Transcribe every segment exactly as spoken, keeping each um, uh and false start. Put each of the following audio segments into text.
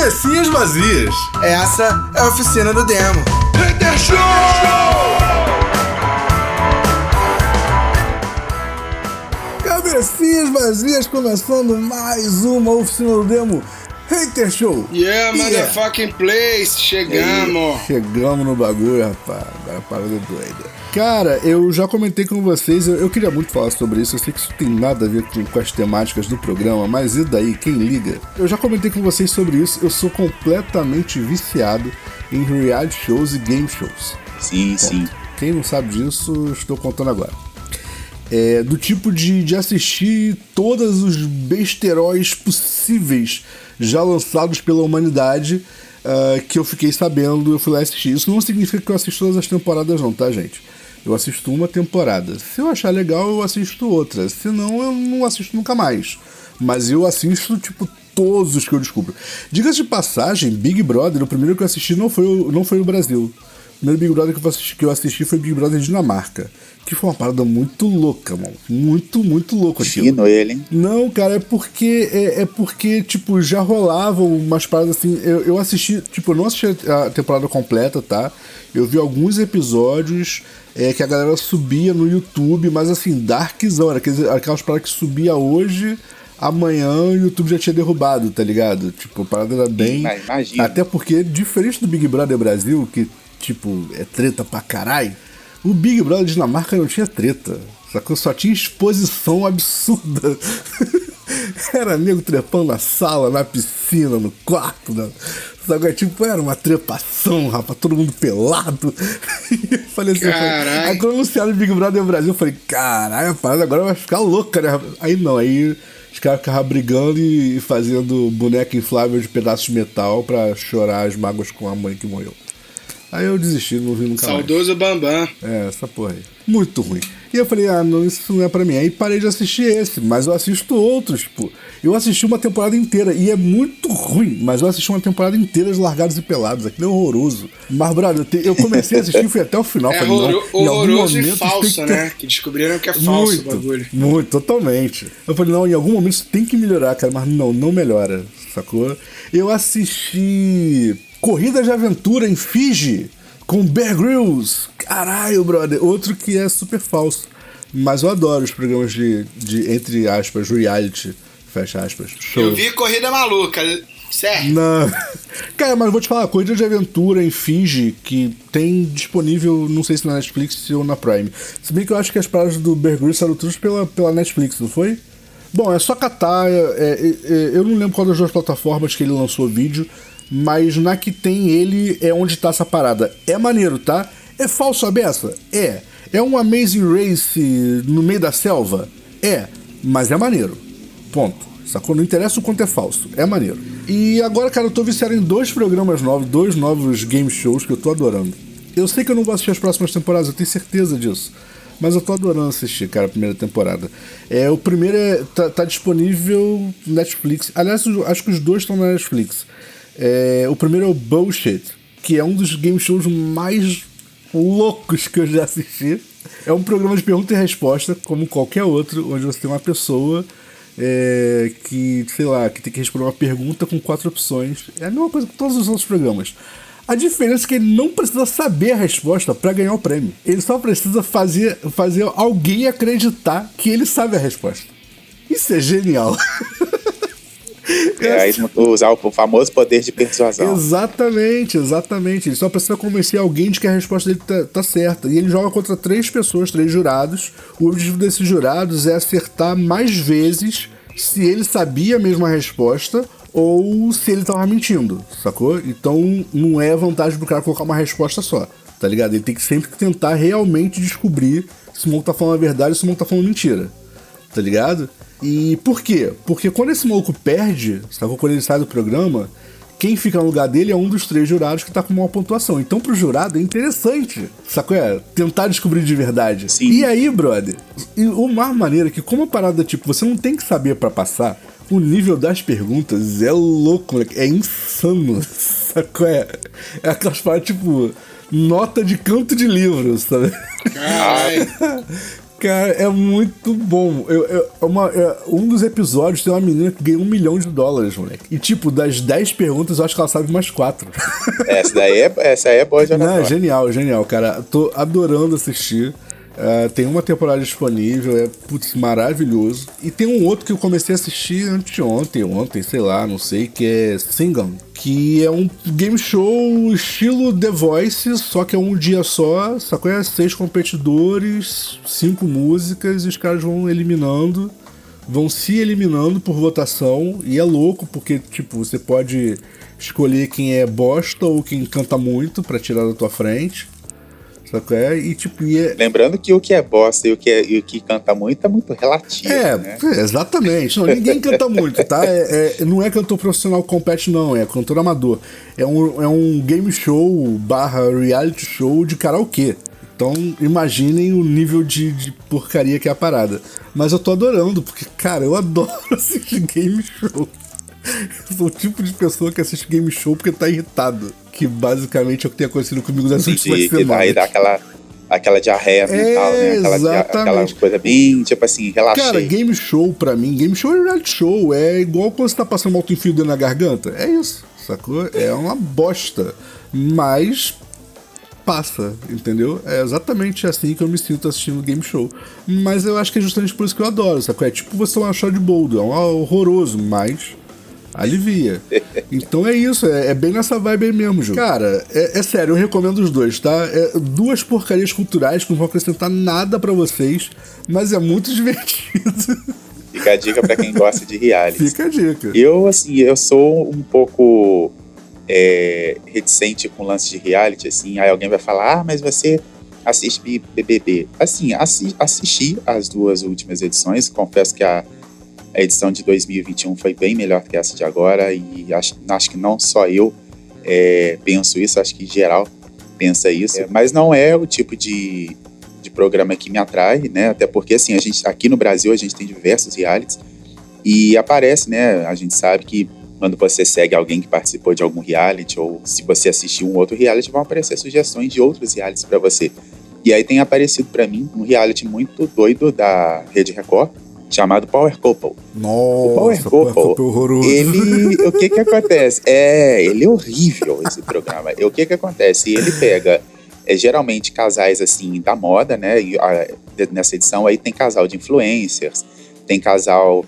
Cabecinhas vazias. Essa é a oficina do demo. Hater Show! Cabecinhas vazias, começando mais uma oficina do demo. Hater Show! Yeah, motherfucking place! Chegamos! Chegamos no bagulho, rapaz. Agora a parada é doida. Cara, eu já comentei com vocês, eu, eu queria muito falar sobre isso. Eu sei que isso tem nada a ver com, com as temáticas do programa, mas e daí? Quem liga? Eu já comentei com vocês sobre isso. Eu sou completamente viciado em reality shows e game shows. Sim, Bom, sim. Quem não sabe disso, estou contando agora. É, do tipo de, de assistir todos os besteróis possíveis já lançados pela humanidade, uh, que eu fiquei sabendo, eu fui lá assistir. Isso não significa que eu assisto todas as temporadas não, tá, gente? Eu assisto uma temporada. Se eu achar legal, eu assisto outra. Se não, eu não assisto nunca mais. Mas eu assisto, tipo, todos os que eu descubro. Diga-se de passagem, Big Brother, o primeiro que eu assisti não foi o, não foi o Brasil. O primeiro Big Brother que eu, assisti, que eu assisti foi Big Brother Dinamarca. Que foi uma parada muito louca, mano. Muito, muito louco aquilo. Fino ele, hein? Não, cara, é porque, é, é porque, tipo, já rolavam umas paradas assim. Eu, eu assisti, tipo, eu não assisti a temporada completa, tá? Eu vi alguns episódios é, que a galera subia no YouTube, mas assim, darkzão. Era aqueles, aquelas paradas que subia hoje, amanhã o YouTube já tinha derrubado, tá ligado? Tipo, a parada era bem. Imagina. Até porque, diferente do Big Brother Brasil, que, tipo, é treta pra caralho. O Big Brother Dinamarca não tinha treta, sacou? Só tinha exposição absurda. Era nego trepando na sala, na piscina, no quarto, né? Sacou? Tipo, era uma trepação, rapaz, todo mundo pelado. E eu falei assim, caralho. Aí quando anunciaram o Big Brother Brasil, eu falei, caralho, a parada agora vai ficar louca, né? Aí não, aí os caras ficavam brigando e fazendo boneca inflável de pedaços de metal pra chorar as mágoas com a mãe que morreu. Aí eu desisti, não vi nunca mais. Saudoso Bambam. É, essa porra aí. Muito ruim. E eu falei, ah, não, isso não é pra mim. Aí parei de assistir esse, mas eu assisto outros, tipo. Eu assisti uma temporada inteira e é muito ruim, mas eu assisti uma temporada inteira de Largados e Pelados. Aquilo é horroroso. Mas, brother, eu, te, eu comecei a assistir e fui até o final. É falei, horror, não, horroroso e falso, ter... né? Que descobriram que é falso muito, o bagulho. Muito, totalmente. Eu falei, não, em algum momento isso tem que melhorar, cara. Mas não, não melhora, sacou? Eu assisti Corrida de Aventura em Fiji com Bear Grylls. Caralho, brother. Outro que é super falso. Mas eu adoro os programas de, de entre aspas, reality, fecha aspas. Show. Eu vi Corrida Maluca, certo? Não. Cara, mas eu vou te falar, Corrida de Aventura em Fiji, que tem disponível, não sei se na Netflix ou na Prime. Se bem que eu acho que as paradas do Bear Grylls saíram todas pela, pela Netflix, não foi? Bom, é só catar. É, é, é, eu não lembro qual das duas plataformas que ele lançou o vídeo, mas na que tem ele é onde tá essa parada. É maneiro, tá? É falso a beça? É. É um Amazing Race no meio da selva? É. Mas é maneiro. Ponto. Sacou? Não interessa o quanto é falso. É maneiro. E agora, cara, eu tô viciado em dois programas novos, dois novos game shows que eu tô adorando. Eu sei que eu não vou assistir as próximas temporadas, eu tenho certeza disso. Mas eu tô adorando assistir, cara, a primeira temporada. É, o primeiro é, tá, tá disponível no Netflix. Aliás, acho que os dois estão na Netflix. É, o primeiro é o Bullshit, que é um dos game shows mais loucos que eu já assisti. É um programa de pergunta e resposta, como qualquer outro, onde você tem uma pessoa é, que, sei lá, que tem que responder uma pergunta com quatro opções. É a mesma coisa que todos os outros programas. A diferença é que ele não precisa saber a resposta para ganhar o prêmio. Ele só precisa fazer, fazer alguém acreditar que ele sabe a resposta. Isso é genial. É, aí usar o famoso poder de persuasão. Exatamente, exatamente. Ele só precisa convencer alguém de que a resposta dele tá, tá certa. E ele joga contra três pessoas, três jurados. O objetivo desses jurados é acertar mais vezes se ele sabia a mesma resposta ou se ele tava mentindo, sacou? Então não é vantagem do cara colocar uma resposta só, tá ligado? Ele tem que sempre tentar realmente descobrir se o maluco tá falando a verdade ou se o maluco tá falando mentira, tá ligado? E por quê? Porque quando esse maluco perde, sacou? Quando ele sai do programa, quem fica no lugar dele é um dos três jurados que tá com maior pontuação. Então pro jurado é interessante, sacou? É tentar descobrir de verdade. Sim. E aí, brother, e o mais maneiro é que como a parada, tipo, você não tem que saber pra passar, o nível das perguntas é louco, moleque. É insano, sacou? É, é aquelas paradas, tipo, nota de canto de livro, sabe? Caralho. Cara, é muito bom. Eu, eu, uma, é, um dos episódios tem uma menina que ganha um milhão de dólares, moleque. E, tipo, das dez perguntas, eu acho que ela sabe mais quatro. Essa daí é, essa aí é boa de Não, oratória. genial, genial, cara. Tô adorando assistir. Uh, tem uma temporada disponível, é, putz, maravilhoso. E tem um outro que eu comecei a assistir anteontem, ontem, sei lá, não sei, que é Singam, que é um game show estilo The Voice, só que é um dia só, sacou? É seis competidores, cinco músicas, e os caras vão eliminando, vão se eliminando por votação, e é louco, porque, tipo, você pode escolher quem é bosta ou quem canta muito pra tirar da tua frente. Só que é, e tipo, e é... Lembrando que o que é bosta e o que, é, e o que canta muito é muito relativo, é, né? É, exatamente. Não, ninguém canta muito, tá? É, é, não é cantor profissional que compete, não. É cantor amador. É um, é um game show barra reality show de karaokê. Então, imaginem o nível de, de porcaria que é a parada. Mas eu tô adorando, porque, cara, eu adoro assistir game show. Eu sou o tipo de pessoa que assiste game show porque tá irritado. Que basicamente é o que tem acontecido comigo nas últimas e, semanas. E daí dá aquela, aquela diarreia é, mental, né? Aquela, aquela coisa bem, tipo assim, relaxei. Cara, game show pra mim, game show é reality show. É igual quando você tá passando um alto-fio dentro na garganta. É isso, sacou? É uma bosta. Mas passa, entendeu? É exatamente assim que eu me sinto assistindo game show. Mas eu acho que é justamente por isso que eu adoro, sacou? É tipo você lá achar de boldo. É um horroroso, mas... alivia. Então é isso, é, é bem nessa vibe aí mesmo, Ju. Cara, é, é sério, eu recomendo os dois, tá? É duas porcarias culturais que não vão acrescentar nada pra vocês, mas é muito divertido. Fica a dica pra quem gosta de reality. Fica a dica. Eu, assim, eu sou um pouco é, reticente com lance de reality, assim, aí alguém vai falar, ah, mas você assiste B B B. Assim, assi- assisti as duas últimas edições, confesso que a A edição de dois mil e vinte e um foi bem melhor que essa de agora e acho, acho que não só eu é, penso isso, acho que geral pensa isso. É, mas não é o tipo de, de programa que me atrai, né? Até porque assim, a gente, aqui no Brasil a gente tem diversos realities e aparece, né? A gente sabe que quando você segue alguém que participou de algum reality ou se você assistiu um outro reality, vão aparecer sugestões de outros realities para você. E aí tem aparecido para mim um reality muito doido da Rede Record, chamado Power Couple. Nossa, o Power Couple, Power Couple horroroso. ele, o que que acontece? É, ele é horrível, esse programa. O que que acontece? Ele pega, é, geralmente, casais, assim, da moda, né? E, a, nessa edição aí tem casal de influencers, tem casal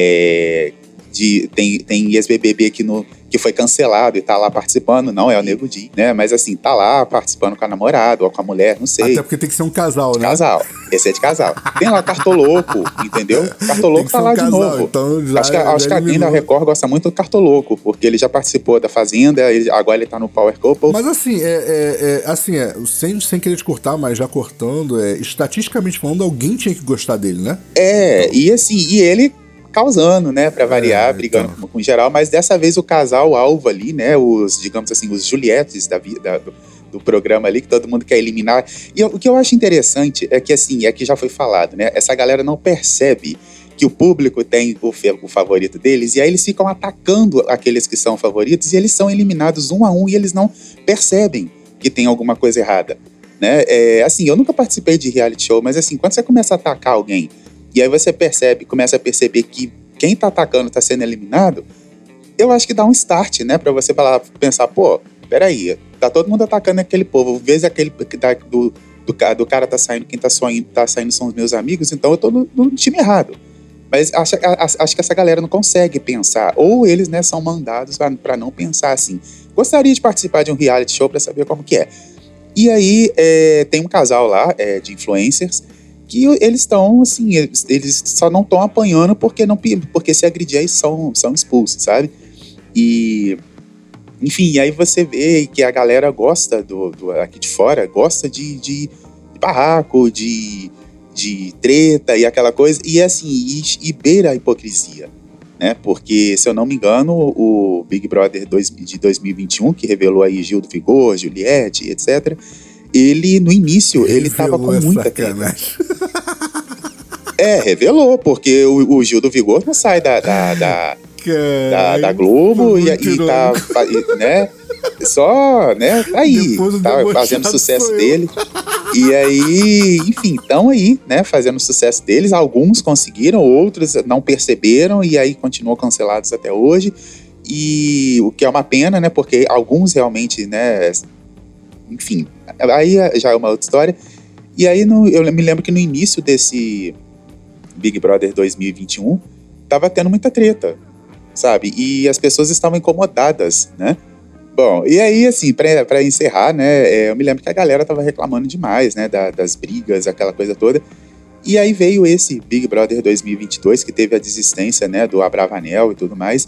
é, de... Tem, tem ex-B B B que, no, que foi cancelado e tá lá participando, não é o Nego Di, né? Mas, assim, tá lá participando com a namorada ou com a mulher, não sei. Até porque tem que ser um casal, né? Casal. Esse é de casal. Tem lá Cartoloco, entendeu? Cartoloco tá lá um de casal, novo. Então já, acho que, acho que alguém da Record gosta muito do Cartoloco, porque ele já participou da Fazenda, ele, agora ele tá no Power Couple. Mas assim, é, é, é, assim é, sem, sem querer te cortar, mas já cortando, é, estatisticamente falando, alguém tinha que gostar dele, né? É, então... e assim, e ele causando, né, pra variar, é, brigando então. com, com geral, mas dessa vez o casal alvo ali, né, os, digamos assim, os Julietes da vida... Do, do programa ali, que todo mundo quer eliminar. E eu, o que eu acho interessante é que, assim, é que já foi falado, né? Essa galera não percebe que o público tem o, o favorito deles, e aí eles ficam atacando aqueles que são favoritos, e eles são eliminados um a um, e eles não percebem que tem alguma coisa errada, né? É, assim, eu nunca participei de reality show, mas assim, quando você começa a atacar alguém, e aí você percebe, começa a perceber que quem tá atacando tá sendo eliminado, eu acho que dá um start, né? Pra você falar, pensar, pô, peraí, tá todo mundo atacando aquele povo, às vezes aquele tá, do, do, do cara tá saindo, quem tá, saindo, tá saindo são os meus amigos, então eu tô no, no time errado. Mas acho, acho que essa galera não consegue pensar, ou eles, né, são mandados para não pensar assim. Gostaria de participar de um reality show para saber como que é. E aí é, tem um casal lá é, de influencers que eles estão, assim, eles, eles só não estão apanhando porque, não, porque se agredir aí são, são expulsos, sabe? E... Enfim, aí você vê que a galera gosta, do, do aqui de fora, gosta de, de, de barraco, de, de treta e aquela coisa, e assim, e, e beira a hipocrisia, né? Porque, se eu não me engano, o Big Brother dois, de dois mil e vinte e um, que revelou aí Gil do Vigor, Juliette, etcétera, ele, no início, ele tava com muita treta. É, revelou, porque o, o Gil do Vigor não sai da... da, da Da, da Globo e, e tá, né? Só, né, tá aí, tá fazendo sucesso dele. E aí, enfim, estão aí, né, fazendo sucesso deles. Alguns conseguiram, outros não perceberam e aí continuam cancelados até hoje. E o que é uma pena, né, porque alguns realmente, né, enfim, aí já é uma outra história. E aí no, eu me lembro que no início desse Big Brother dois mil e vinte e um tava tendo muita treta, sabe? E as pessoas estavam incomodadas, né? Bom, e aí, assim, pra, pra encerrar, né, é, eu me lembro que a galera tava reclamando demais, né, da, das brigas, aquela coisa toda. E aí veio esse Big Brother dois mil e vinte e dois, que teve a desistência, né, do Abravanel e tudo mais.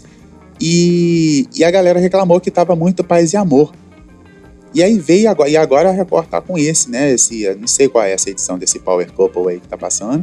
E, e a galera reclamou que tava muito paz e amor. E aí veio, agora, e agora a Record tá com esse, né, esse, não sei qual é essa edição desse Power Couple aí que tá passando.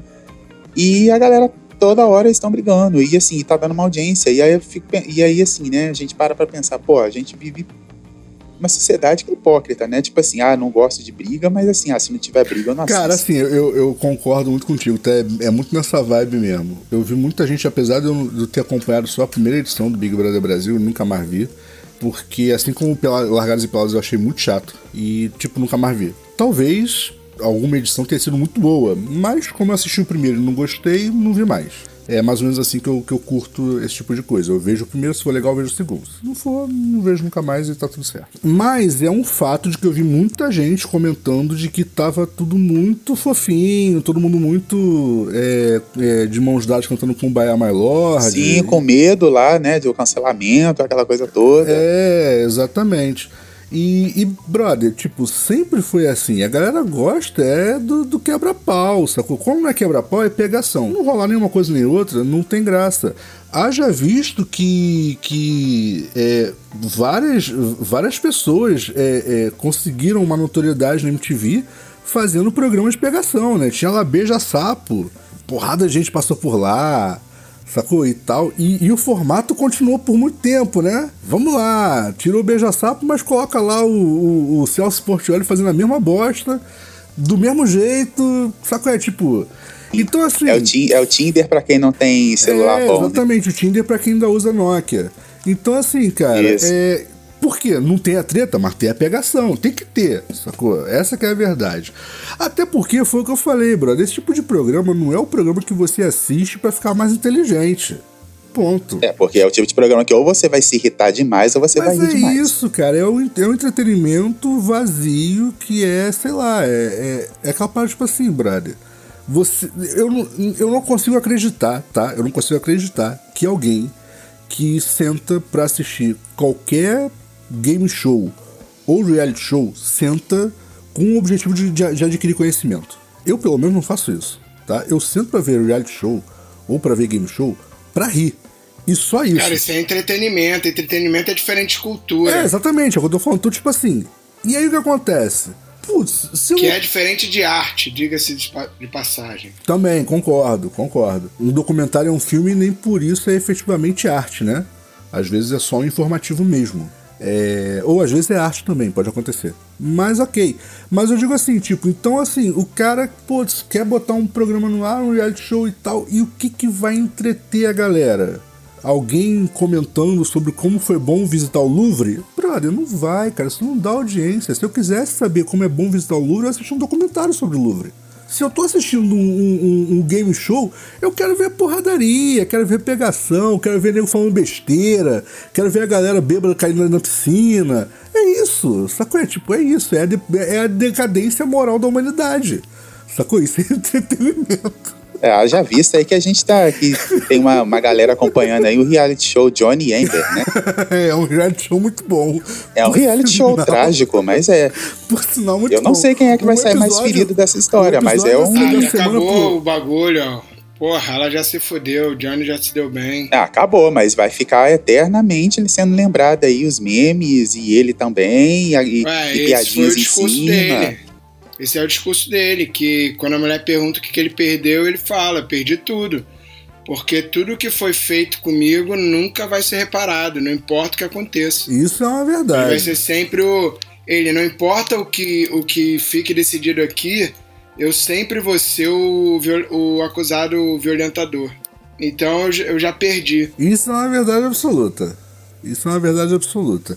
E a galera toda hora estão brigando, e assim, tá dando uma audiência, e aí, eu fico, e aí assim, né, a gente para pra pensar, pô, a gente vive uma sociedade que é hipócrita, né, tipo assim, ah, não gosto de briga, mas assim, ah, se não tiver briga eu não assisto. Cara, assim, eu, eu concordo muito contigo, tá? é, é muito nessa vibe mesmo. Eu vi muita gente, apesar de eu, de eu ter acompanhado só a primeira edição do Big Brother Brasil, eu nunca mais vi, porque assim como Pela, Largados e Pelados eu achei muito chato, e tipo, nunca mais vi. Talvez alguma edição tenha sido muito boa, mas como eu assisti o primeiro e não gostei, não vi mais. É mais ou menos assim que eu, que eu curto esse tipo de coisa. Eu vejo o primeiro, se for legal, eu vejo o segundo. Se não for, não vejo nunca mais e tá tudo certo. Mas é um fato de que eu vi muita gente comentando de que tava tudo muito fofinho, todo mundo muito é, é, de mãos dadas cantando Kumbaya My Lord. Sim, com medo lá, né, do cancelamento, aquela coisa toda. É, exatamente. E, e, brother, tipo, sempre foi assim. A galera gosta é do, do quebra-pau, sacou? Como não é quebra-pau, é pegação. Não rolar nenhuma coisa nem outra, não tem graça. Haja visto que, que é, várias, várias pessoas é, é, conseguiram uma notoriedade na M T V fazendo programas de pegação, né? Tinha lá Beija-Sapo, porrada de gente passou por lá, sacou? E tal. E, e o formato continuou por muito tempo, né? Vamos lá. Tirou o Beija-Sapo, mas coloca lá o, o, o Celso Portiolli fazendo a mesma bosta, do mesmo jeito, sacou? É tipo... Então, assim... É o, ti, é o Tinder pra quem não tem celular é, bom. Exatamente, né? O Tinder pra quem ainda usa Nokia. Então, assim, cara... É, por quê? Não tem a treta, mas tem a pegação. Tem que ter, sacou? Essa que é a verdade. Até porque foi o que eu falei, brother. Esse tipo de programa não é o programa que você assiste pra ficar mais inteligente. Ponto. É, porque é o tipo de programa que ou você vai se irritar demais ou você mas vai rir é demais. Mas é isso, cara. É um, é um entretenimento vazio que é, sei lá, é, é, é aquela parte, tipo assim, brother. Você, eu, não, eu não consigo acreditar, tá? Eu não consigo acreditar que alguém que senta pra assistir qualquer game show ou reality show senta com o objetivo de, de, de adquirir conhecimento. Eu, pelo menos, não faço isso, tá? Eu sento pra ver reality show ou pra ver game show pra rir. E só isso. Cara, isso é entretenimento. Entretenimento é diferente de cultura. É, exatamente. É o que eu tô falando. Então, tipo assim... E aí o que acontece? Putz, se que eu... é diferente de arte, diga-se de passagem. Também, concordo, concordo. Um documentário é um filme e nem por isso é efetivamente arte, né? Às vezes é só um informativo mesmo. É... Ou às vezes é arte também, pode acontecer. Mas ok. Mas eu digo assim, tipo, então assim, o cara, putz, quer botar um programa no ar, um reality show e tal, e o que que vai entreter a galera? Alguém comentando sobre como foi bom visitar o Louvre? Brother, não vai, cara, isso não dá audiência. Se eu quisesse saber como é bom visitar o Louvre, eu assisti um documentário sobre o Louvre. Se eu tô assistindo um, um, um game show, eu quero ver porradaria, quero ver pegação, quero ver nego falando besteira, quero ver a galera bêbada caindo na piscina. É isso, sacou? É tipo, é isso, é a, de, é a decadência moral da humanidade. Sacou? Isso é entretenimento. É, já visto aí que a gente tá aqui, tem uma, uma galera acompanhando aí o reality show Johnny Amber, né? É um reality show muito bom. É um Por reality sinal, show trágico, mas é. Por sinal, muito Eu não bom. sei quem é que vai Um sair mais episódio- ferido dessa história, um mas é episódio um. Ah, da já semana, acabou pô. o bagulho, ó. Porra, ela já se fodeu, o Johnny já se deu bem. Ah, acabou, mas vai ficar eternamente ele sendo lembrado aí, os memes, e ele também, e, Ué, e esse foi o piadinhas em discurso cima. dele. Esse é o discurso dele, que quando a mulher pergunta o que, que ele perdeu, ele fala, perdi tudo. Porque tudo que foi feito comigo nunca vai ser reparado, não importa o que aconteça. Isso é uma Ele verdade. vai ser sempre o... Ele, não importa o que, o que fique decidido aqui, eu sempre vou ser o, viol- o acusado violentador. Então eu, já- eu já perdi. Isso é uma verdade absoluta. Isso é uma verdade absoluta.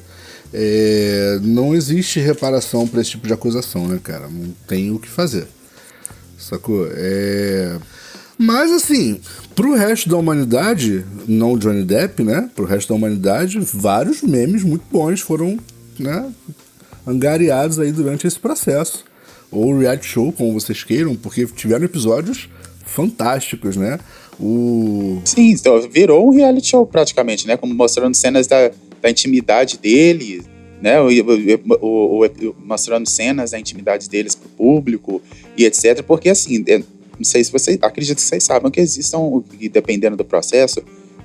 É, não existe reparação pra esse tipo de acusação, né, cara? Não tem o que fazer. Sacou? É... Mas, assim, pro resto da humanidade, não o Johnny Depp, né? Pro resto da humanidade, vários memes muito bons foram, né, angariados aí durante esse processo. Ou reality show, como vocês queiram, porque tiveram episódios fantásticos, né? O... Sim, então virou um reality show praticamente, né? Como mostrando cenas da, da intimidade dele, né? O, o, o, o, mostrando cenas da intimidade deles pro público e etcétera. Porque assim, é, não sei se vocês, acredito que vocês sabem que existam, que dependendo do processo,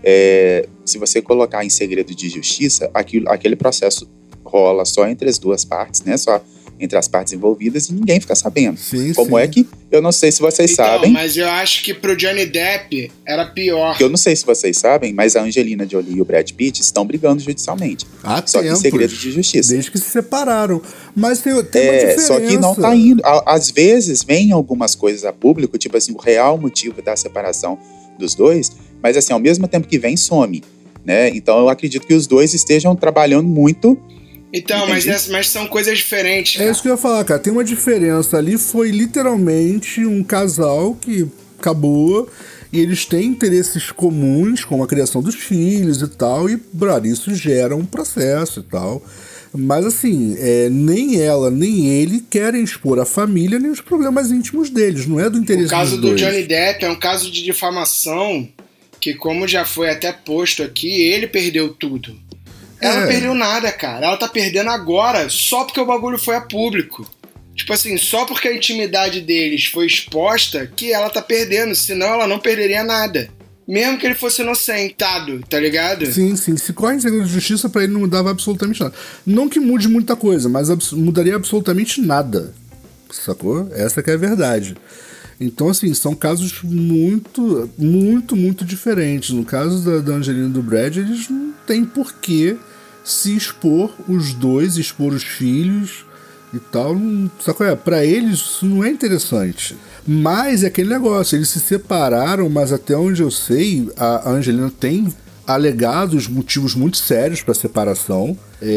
é, se você colocar em segredo de justiça, aquilo, aquele processo rola só entre as duas partes, né? Só entre as partes envolvidas e ninguém fica sabendo. Sim, Como sim. é que, eu não sei se vocês então, sabem... mas eu acho que pro Johnny Depp era pior. Eu não sei se vocês sabem, mas a Angelina Jolie e o Brad Pitt estão brigando judicialmente. Há só tempos, que em segredo de justiça. Desde que se separaram. Mas tem, tem é, uma diferença. Só que não tá indo. Às vezes vem algumas coisas a público, tipo assim, o real motivo da separação dos dois, mas assim, ao mesmo tempo que vem, some. Né? Então eu acredito que os dois estejam trabalhando muito. Então, mas, é, mas são coisas diferentes, cara. É isso que eu ia falar, cara. Tem uma diferença ali. Foi literalmente um casal que acabou e eles têm interesses comuns, como a criação dos filhos e tal, e, brother, isso gera um processo e tal. Mas, assim, é, nem ela, nem ele querem expor a família nem os problemas íntimos deles. Não é do interesse dos dois. O caso do Johnny Depp é um caso de difamação que, como já foi até posto aqui, ele perdeu tudo. Ela É. não perdeu nada, cara. Ela tá perdendo agora só porque o bagulho foi a público. Tipo assim, só porque a intimidade deles foi exposta que ela tá perdendo. Senão ela não perderia nada. Mesmo que ele fosse inocentado, tá ligado? Sim, sim. Se corre em segredo de justiça, pra ele não mudava absolutamente nada. Não que mude muita coisa, mas abs- mudaria absolutamente nada. Sacou? Essa que é a verdade. Então, assim, são casos muito, muito, muito diferentes. No caso da, da Angelina e do Brad, eles não têm porquê se expor os dois, expor os filhos e tal. Não, sacou? É, pra eles isso não é interessante. Mas é aquele negócio, eles se separaram, mas até onde eu sei, a, a Angelina tem alegados motivos muito sérios para separação,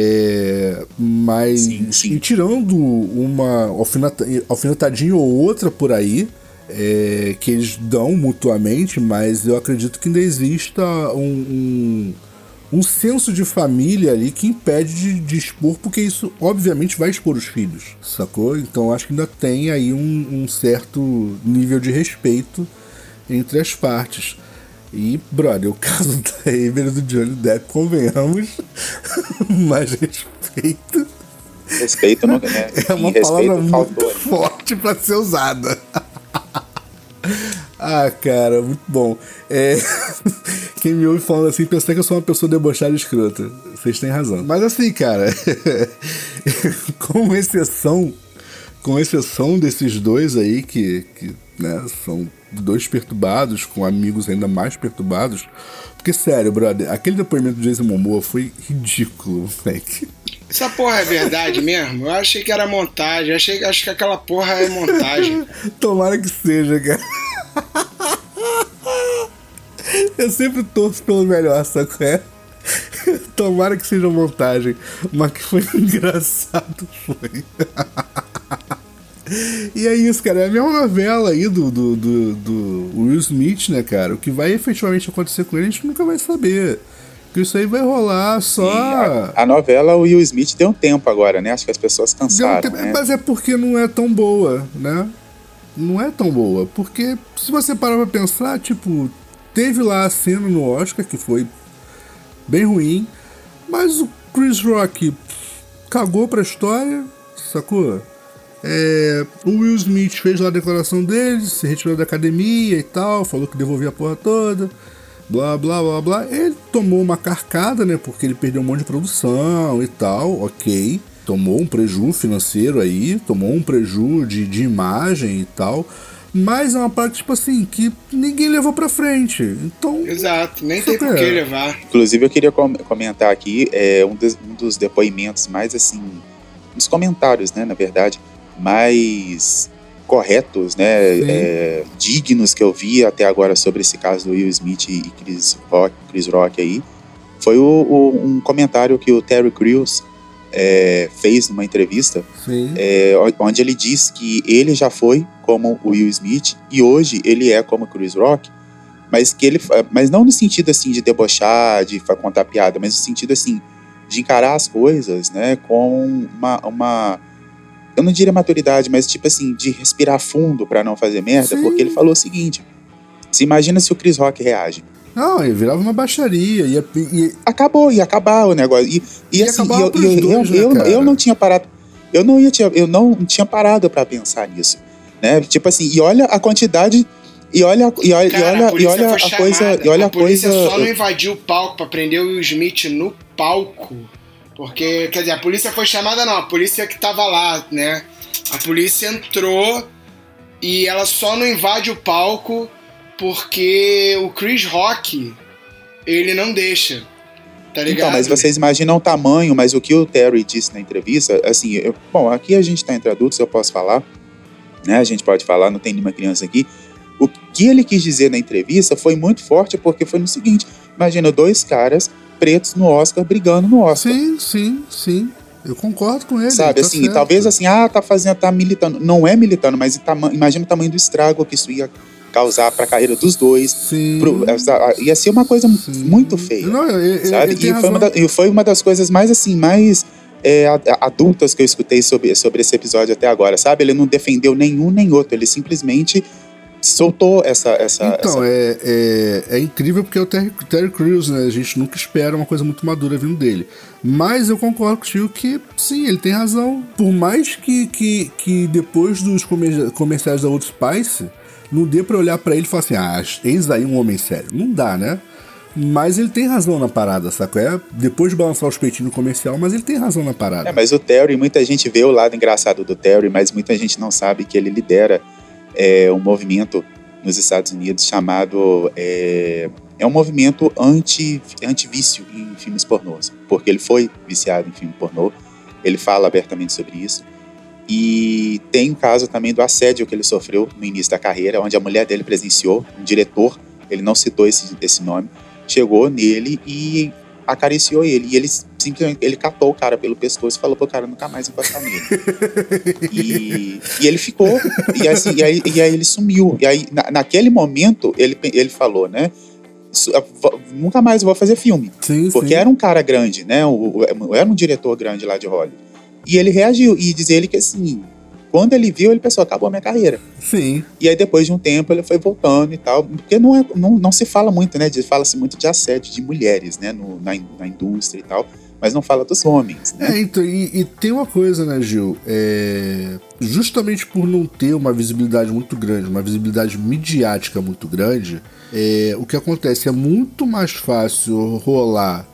é, mas Sim, sim. e tirando uma alfineta, alfinetadinha ou outra por aí, é, que eles dão mutuamente, mas eu acredito que ainda exista um, um, um senso de família ali que impede de, de expor, porque isso obviamente vai expor os filhos, sacou? Então eu acho que ainda tem aí um, um certo nível de respeito entre as partes. E, brother, o caso da Amber e do Johnny Depp, convenhamos, mais respeito. Respeito não, né? É uma E respeito palavra muito faltou. forte pra ser usada. Ah, cara, muito bom. É... Quem me ouve falando assim pensa que eu sou uma pessoa debochada e escrota. Vocês têm razão. Mas assim, cara, com exceção, com exceção desses dois aí que, que né, são dois perturbados, com amigos ainda mais perturbados. Porque, sério, brother, aquele depoimento do Jason Momoa foi ridículo, moleque. Essa porra é verdade mesmo? Eu achei que era montagem. Eu achei, acho que aquela porra é montagem. Tomara que seja, cara. Eu sempre torço pelo melhor, saco é? Tomara que seja montagem. Mas que foi engraçado, foi. E é isso, cara. É a mesma novela aí do, do, do, do Will Smith, né, cara? O que vai efetivamente acontecer com ele, a gente nunca vai saber. Porque isso aí vai rolar só... A, a novela, o Will Smith deu um tempo agora, né? Acho que as pessoas cansaram, Deu um tempo, né? mas é porque não é tão boa, né? Não é tão boa. Porque se você parar pra pensar, tipo, teve lá a cena no Oscar que foi bem ruim, mas o Chris Rock cagou pra história, sacou? É, o Will Smith fez lá a declaração dele, se retirou da academia e tal, falou que devolvia a porra toda, blá blá blá blá. Ele tomou uma carcada, né? Porque ele perdeu um monte de produção e tal, ok. Tomou um prejuízo financeiro aí, tomou um prejuízo de, de imagem e tal. Mas é uma parte, tipo assim, que ninguém levou pra frente. Então. Exato, nem tem por que levar. Inclusive, eu queria com- comentar aqui é, um, des- um dos depoimentos mais, assim, uns comentários, né, na verdade, mais corretos, né, é, dignos que eu vi até agora sobre esse caso do Will Smith e Chris Rock, Chris Rock aí, foi o, o, um comentário que o Terry Crews é, fez numa entrevista, é, onde ele diz que ele já foi como o Will Smith e hoje ele é como o Chris Rock, mas, que ele, mas não no sentido assim de debochar, de contar piada, mas no sentido assim de encarar as coisas, né, com uma, uma eu não diria maturidade, mas tipo assim, de respirar fundo pra não fazer merda. Sim. Porque ele falou o seguinte: se imagina se o Chris Rock reage. Não, ele virava uma baixaria. Ia, ia... Acabou, ia acabar o negócio. E, e ia assim, acabar eu, pros eu, dois, eu, né, eu, eu não tinha parado. Eu não, ia, eu não tinha parado pra pensar nisso. Né? Tipo assim, e olha a quantidade. E olha, e olha, Cara, e olha, a, e olha a coisa. E olha a, a polícia coisa... só não eu... invadiu o palco pra prender o Will Smith no palco. Porque, quer dizer, a polícia foi chamada, não, a polícia que tava lá, né? A polícia entrou e ela só não invade o palco porque o Chris Rock, ele não deixa, tá ligado? Então, mas vocês imaginam o tamanho, mas o que o Terry disse na entrevista, assim, eu, bom, aqui a gente tá entre adultos, eu posso falar, né? A gente pode falar, não tem nenhuma criança aqui. O que ele quis dizer na entrevista foi muito forte, porque foi no seguinte: imagina dois caras pretos no Oscar brigando no Oscar. Sim, sim, sim. Eu concordo com ele. Sabe, tá assim, certo. Talvez assim, ah, tá fazendo, tá militando. Não é militando, mas imagina o tamanho do estrago que isso ia causar pra carreira dos dois. Sim. Pro, ia ser uma coisa sim. muito feia. Não, eu, sabe? Eu, eu e, foi uma da, e foi uma das coisas mais, assim, mais é, adultas que eu escutei sobre, sobre esse episódio até agora, sabe? Ele não defendeu nenhum nem outro, ele simplesmente soltou essa... essa então, essa... É, é, é incrível porque é o Terry, Terry Crews, né? A gente nunca espera uma coisa muito madura vindo dele. Mas eu concordo contigo que, sim, ele tem razão. Por mais que, que, que depois dos comer, comerciais da Old Spice, não dê pra olhar pra ele e falar assim, ah, eis aí um homem sério. Não dá, né? Mas ele tem razão na parada, saco? É depois de balançar os peitinhos no comercial, mas ele tem razão na parada. É, mas o Terry, muita gente vê o lado engraçado do Terry, mas muita gente não sabe que ele lidera É um movimento nos Estados Unidos chamado... É, é um movimento anti, anti-vício em filmes pornôs, porque ele foi viciado em filme pornô, ele fala abertamente sobre isso, e tem um caso também do assédio que ele sofreu no início da carreira, onde a mulher dele presenciou, um diretor, ele não citou esse, esse nome, chegou nele e acariciou ele, e ele simplesmente ele catou o cara pelo pescoço e falou pro cara nunca mais encostar nele. e, e ele ficou, e, assim, e, aí, e aí ele sumiu. E aí, na, naquele momento, ele, ele falou, né? Nunca mais vou fazer filme. Sim, porque sim. Era um cara grande, né? O, o, era um diretor grande lá de Hollywood. E ele reagiu, e diz ele que assim, quando ele viu, ele pensou, acabou a minha carreira. Sim. E aí depois de um tempo ele foi voltando e tal, porque não, é, não, não se fala muito, né, fala-se muito de assédio de mulheres, né, no, na, na indústria e tal, mas não fala dos homens, né. É, então, e, e tem uma coisa, né, Gil, é, justamente por não ter uma visibilidade muito grande, uma visibilidade midiática muito grande, é, o que acontece é muito mais fácil rolar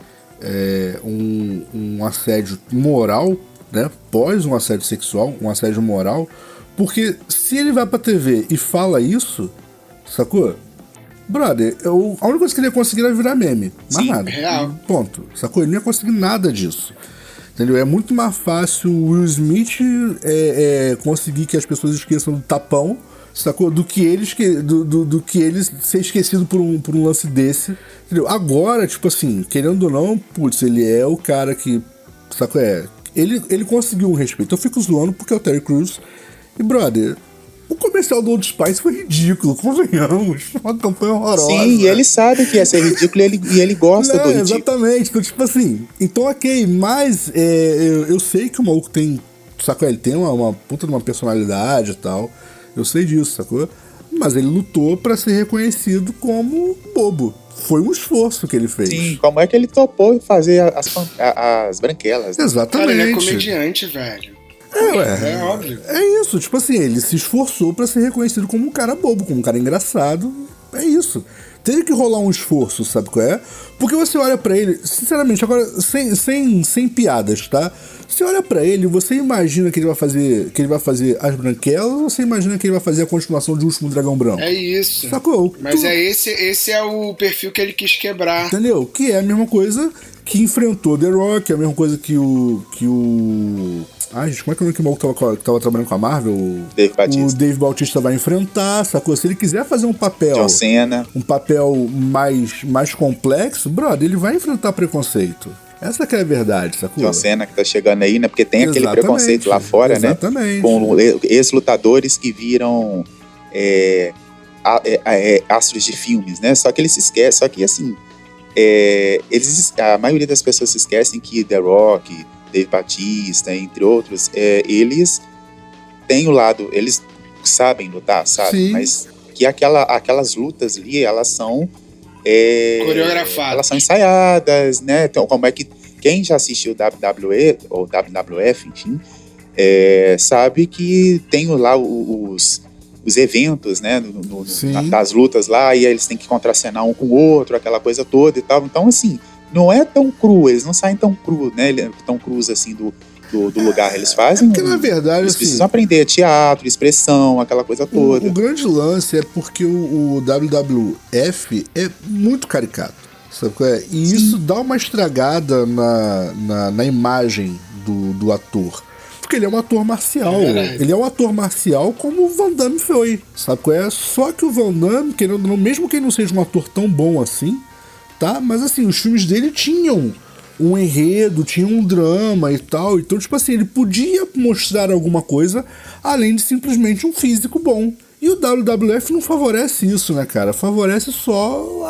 é, um, um assédio moral, né, pós um assédio sexual, um assédio moral, porque se ele vai pra T V e fala isso, sacou? Brother, eu, a única coisa que ele ia conseguir era virar meme, mais Sim, nada, real. Ponto, sacou? Ele não ia conseguir nada disso, entendeu? É muito mais fácil o Will Smith é, é, conseguir que as pessoas esqueçam do tapão, sacou? Do que ele, esque, do, do, do que ele ser esquecido por um, por um lance desse, entendeu? Agora, tipo assim, querendo ou não, putz, ele é o cara que, sacou? É... Ele, ele conseguiu um respeito. Eu fico zoando porque é o Terry Crews. E, brother, o comercial do Old Spice foi ridículo, convenhamos. Uma campanha horrorosa. Sim, e ele sabe que ia ser ridículo e ele, e ele gosta Não, do ridículo. Exatamente. Então, tipo assim, então ok, mas é, eu, eu sei que o maluco tem, sacou? Ele tem uma, uma puta de uma personalidade e tal. Eu sei disso, sacou? Mas ele lutou pra ser reconhecido como bobo. Foi um esforço que ele fez. Sim, como é que ele topou fazer as, as branquelas, né? Exatamente. Cara, ele é comediante, velho. É, ué. É óbvio. É isso, tipo assim, ele se esforçou pra ser reconhecido como um cara bobo, como um cara engraçado. É isso. Teve que rolar um esforço, sabe qual é? Porque você olha pra ele, sinceramente, agora, sem, sem, sem piadas, tá? Você olha pra ele, você imagina que ele vai fazer que ele vai fazer as branquelas ou você imagina que ele vai fazer a continuação de Último Dragão Branco? É isso. Sacou? Mas tu... é esse, esse é o perfil que ele quis quebrar. Entendeu? Que é a mesma coisa que enfrentou The Rock, é a mesma coisa que o... que o... Ai, gente, como é que o Nick Maluco tava, tava trabalhando com a Marvel? Dave Bautista. O Dave Bautista vai enfrentar, sacou? Se ele quiser fazer um papel... John Cena. Um papel mais, mais complexo, brother, ele vai enfrentar preconceito. Essa que é a verdade, sacou? John Cena que tá chegando aí, né? Porque tem aquele Exatamente, preconceito lá fora, exatamente. né? Com ex-lutadores que viram é, a, é, é, astros de filmes, né? Só que eles se esquecem, só que assim, é, eles, a maioria das pessoas se esquecem que The Rock, Dave Bautista, entre outros, é, eles têm o lado, eles sabem lutar, sabe? Sim. Mas que aquela, aquelas lutas ali, elas são É, coreografadas. Elas são ensaiadas, né? Então, como é que quem já assistiu W W E ou W W F, enfim, é, sabe que tem lá os, os eventos, né? No, no, na, das lutas lá, e eles têm que contracenar um com o outro, aquela coisa toda e tal. Então, assim, não é tão cru, eles não saem tão cru, né? Tão crus assim do, do, do lugar. Eles fazem. É porque, na verdade, eles assim, precisam aprender teatro, expressão, aquela coisa toda. O, o grande lance é porque o, o W W F é muito caricato, sabe qual é? E Sim. isso dá uma estragada na, na, na imagem do, do ator. Porque ele é um ator marcial. É ele é um ator marcial como o Van Damme foi, sabe qual é? Só que o Van Damme, querendo, mesmo que ele não seja um ator tão bom assim, tá? Mas assim, os filmes dele tinham um enredo, tinha um drama e tal. Então, tipo assim, ele podia mostrar alguma coisa além de simplesmente um físico bom. E o W W F não favorece isso, né, cara? Favorece só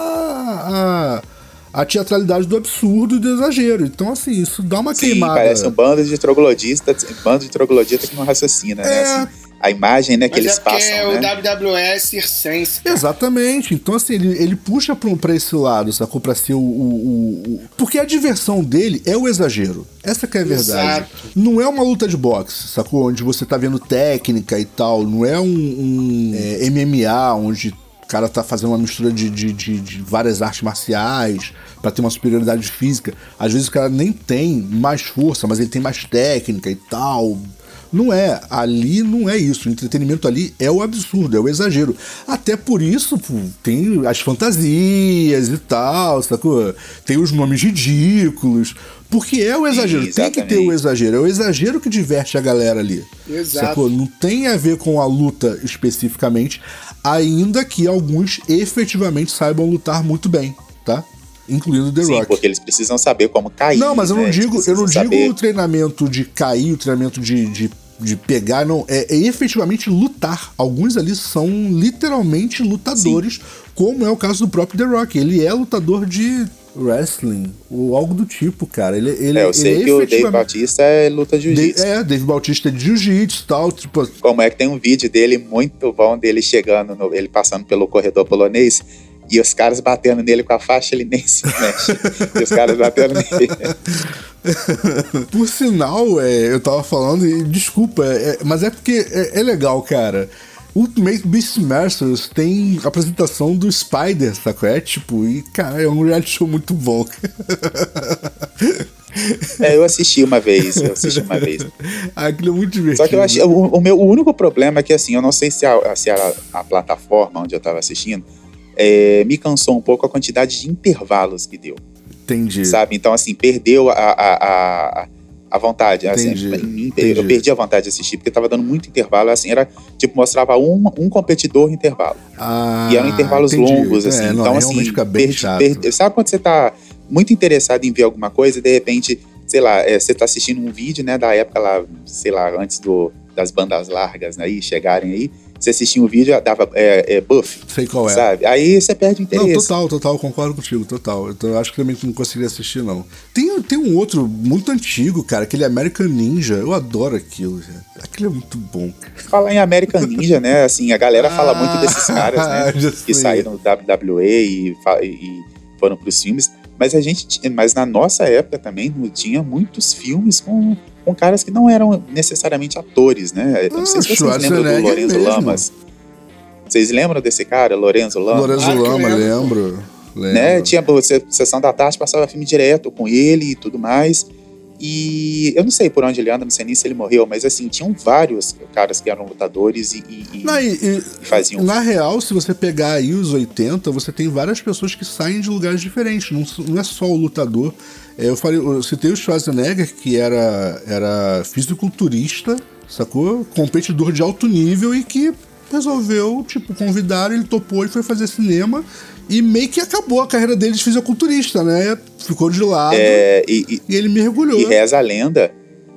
a, a, a teatralidade do absurdo e do exagero. Então, assim, isso dá uma Sim, queimada. Parece um bando de trogloditas, bando de trogloditas que não raciocina, é... né? Assim, a imagem, né, que Mas eles é porque passam, é o né? W W E é circense. Exatamente. Então, assim, ele, ele puxa pra, pra esse lado, sacou? Pra ser o, o, o... Porque a diversão dele é o exagero. Essa que é a verdade. Exato. Não é uma luta de boxe, sacou? Onde você tá vendo técnica e tal. Não é um, um é, M M A, onde o cara tá fazendo uma mistura de, de, de, de várias artes marciais pra ter uma superioridade física. Às vezes o cara nem tem mais força, mas ele tem mais técnica e tal. Não é, ali não é isso. O entretenimento ali é o absurdo, é o exagero. Até por isso, pô, tem as fantasias e tal, sacou? Tem os nomes ridículos. Porque é o exagero, Sim, tem que ter o exagero. É o exagero que diverte a galera ali. Exato. Sacou? Não tem a ver com a luta especificamente, ainda que alguns efetivamente saibam lutar muito bem, tá? Incluindo The Sim, Rock. porque eles precisam saber como cair. Não, mas eu não né? digo, eu não saber... digo o treinamento de cair, o treinamento de, de, de pegar, não. É, é efetivamente lutar. Alguns ali são literalmente lutadores, Sim. como é o caso do próprio The Rock. Ele é lutador de wrestling, ou algo do tipo, cara. Ele, ele, é, eu sei ele que é o Dave Bautista é luta de jiu-jitsu. É, Dave Bautista é de jiu-jitsu e tal. Tipo... Como é que tem um vídeo dele muito bom, dele chegando, no, ele passando pelo corredor polonês, e os caras batendo nele com a faixa, ele nem se mexe. E os caras batendo nele. Por sinal, é, eu tava falando, e desculpa, é, mas é porque é, é legal, cara. Ultimate Beastmasters tem apresentação do Spider, sacou? É tipo, e cara, é um reality show muito bom. É, eu assisti uma vez, eu assisti uma vez. Aquilo é muito divertido. Só que eu achei, o, o meu o único problema é que, assim, eu não sei se a, se a, a plataforma onde eu tava assistindo é, me cansou um pouco a quantidade de intervalos que deu. Entendi. Sabe? Então, assim, perdeu a, a, a, a vontade. Assim, Entendi. Eu perdi a vontade de assistir, porque tava dando muito intervalo. Assim, era, tipo, mostrava um, um competidor intervalo. Ah, e eram intervalos entendi. longos, assim. É, não, então, assim, fica bem perdi, chato. perdi, sabe quando você tá muito interessado em ver alguma coisa e, de repente, sei lá, é, você tá assistindo um vídeo, né, da época lá, sei lá, antes do, das bandas largas, né, aí, chegarem aí, você assistia um vídeo, dava é, é, buff. Sei qual é. Sabe? Aí você perde o interesse. Não, total, total, concordo contigo, total. Então, eu acho que também não conseguiria assistir, não. Tem, tem um outro muito antigo, cara, aquele American Ninja. Eu adoro aquilo, cara. Aquilo é muito bom. Falar em American Ninja, né? Assim, a galera ah, fala muito desses caras, né? Que saíram do W W E e, e foram pros filmes. Mas a gente, mas na nossa época também tinha muitos filmes com, com caras que não eram necessariamente atores, né? Eu não ah, sei se vocês lembram do Lorenzo mesmo. Lamas. Vocês lembram desse cara, Lorenzo Lamas? Lorenzo ah, Lamas, lembro. lembro. Né? Tinha Sessão da Tarde, passava filme direto com ele e tudo mais. E eu não sei por onde ele anda, não sei nem se ele morreu, mas assim, tinham vários caras que eram lutadores e, e, não, e, e faziam. Na real, se você pegar aí os oitenta, você tem várias pessoas que saem de lugares diferentes, não, não é só o lutador. É, eu, falei, eu citei o Schwarzenegger, que era, era fisiculturista, sacou? Competidor de alto nível e que resolveu, tipo, convidar, ele topou, ele foi fazer cinema e meio que acabou a carreira dele de fisiculturista, né? Ficou de lado é, e, e, e ele mergulhou. E reza a lenda,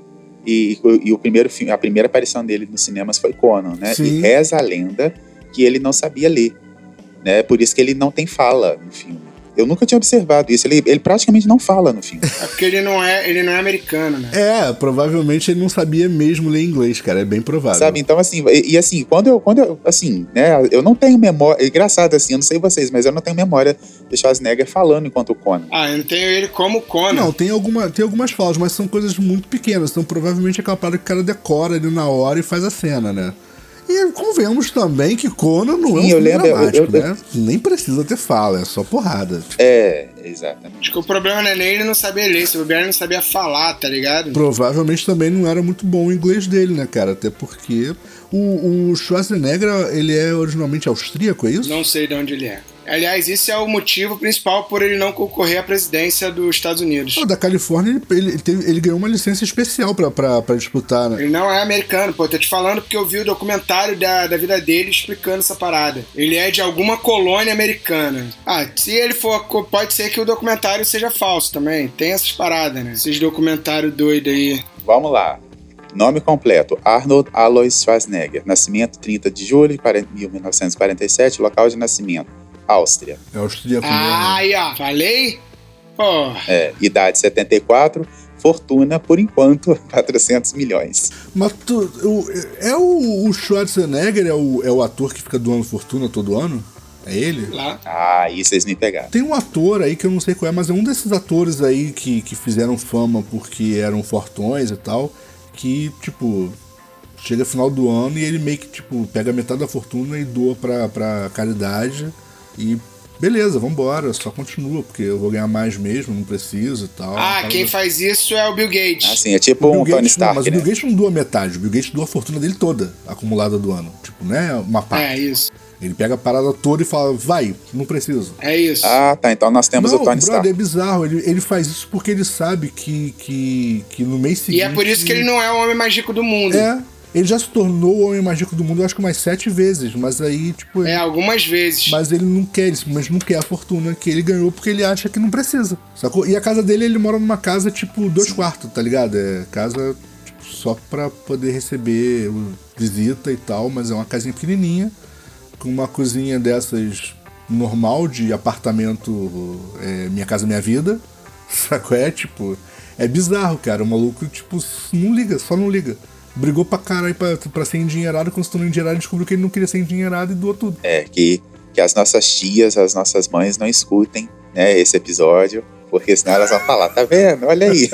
e, e o primeiro filme, a primeira aparição dele nos cinemas foi Conan, né? Sim. E reza a lenda que ele não sabia ler, né? Por isso que ele não tem fala no filme. Eu nunca tinha observado isso. Ele, ele praticamente não fala no filme. É porque ele não é, ele não é americano, né? É, provavelmente ele não sabia mesmo ler inglês, cara. É bem provável. Sabe? Então, assim, e, e assim, quando eu, quando eu, assim, né, eu não tenho memória. É engraçado, assim, eu não sei vocês, mas eu não tenho memória de Schwarzenegger falando enquanto o Conan. Ah, eu não tenho ele como Conan. Não, tem, alguma, tem algumas falas, mas são coisas muito pequenas. Então, provavelmente é aquela parada que o cara decora ali na hora e faz a cena, né? E convenhamos também que Conan não Sim, é um eu filme lembro, dramático, eu, eu, né? Nem precisa ter fala, é só porrada. É, exatamente. Acho que o problema não é nem ele não saber ler, se o ele não sabia falar, tá ligado? Provavelmente também não era muito bom o inglês dele, né, cara? Até porque o, o Schwarzenegger, ele é originalmente austríaco, é isso? Não sei de onde ele é. Aliás, isso é o motivo principal por ele não concorrer à presidência dos Estados Unidos. O da Califórnia, ele, ele, teve, ele ganhou uma licença especial pra, pra, pra disputar, né? Ele não é americano, pô. Tô te falando porque eu vi o documentário da, da vida dele explicando essa parada. Ele é de alguma colônia americana. Ah, se ele for... Pode ser que o documentário seja falso também. Tem essas paradas, né? Esses documentários doidos aí. Vamos lá. Nome completo: Arnold Alois Schwarzenegger. Nascimento trinta de julho de mil novecentos e quarenta e sete. Local de nascimento: Áustria. É austríaco mesmo. Ah, aí, ó. Falei? Pô. É, idade setenta e quatro. Fortuna, por enquanto, quatrocentos milhões. Mas tu, o, é o, o Schwarzenegger, é o, é o ator que fica doando fortuna todo ano? É ele? Lá. Ah, aí vocês me pegaram. Tem um ator aí que eu não sei qual é, mas é um desses atores aí que, que fizeram fama porque eram fortões e tal, que, tipo, chega final do ano e ele meio que, tipo, pega metade da fortuna e doa pra, pra caridade e beleza, vambora, só continua, porque eu vou ganhar mais mesmo, não preciso e tal. Ah, quem faz isso é o Bill Gates. Ah, sim, é tipo O um Bill Tony Gates, não, Stark, mas né? o Bill Gates não doa metade, o Bill Gates doa a fortuna dele toda, acumulada do ano. Tipo, não é uma parte. É isso. Ele pega a parada toda e fala, vai, não preciso. É isso. Ah, tá, então nós temos não, o Tony brother, Stark. é bizarro, ele, ele faz isso porque ele sabe que, que, que no mês seguinte... E é por isso que ele não é o homem mais rico do mundo. É, ele já se tornou o homem mais rico do mundo, eu acho que umas sete vezes, mas aí, tipo... É, algumas vezes. Mas ele não quer, ele simplesmente não quer a fortuna que ele ganhou porque ele acha que não precisa, sacou? E a casa dele, ele mora numa casa, tipo, dois Sim. quartos, tá ligado? É casa, tipo, só pra poder receber visita e tal, mas é uma casinha pequenininha, com uma cozinha dessas normal, de apartamento, é, Minha Casa Minha Vida, sacou? É, tipo... É bizarro, cara, o maluco, tipo, não liga, só não liga. Brigou pra caralho pra, pra ser endinheirado, quando se tornou endinheirado, descobriu que ele não queria ser endinheirado e doou tudo. É, que, que as nossas tias, as nossas mães não escutem, né, esse episódio, porque senão elas vão falar, tá vendo? Olha aí.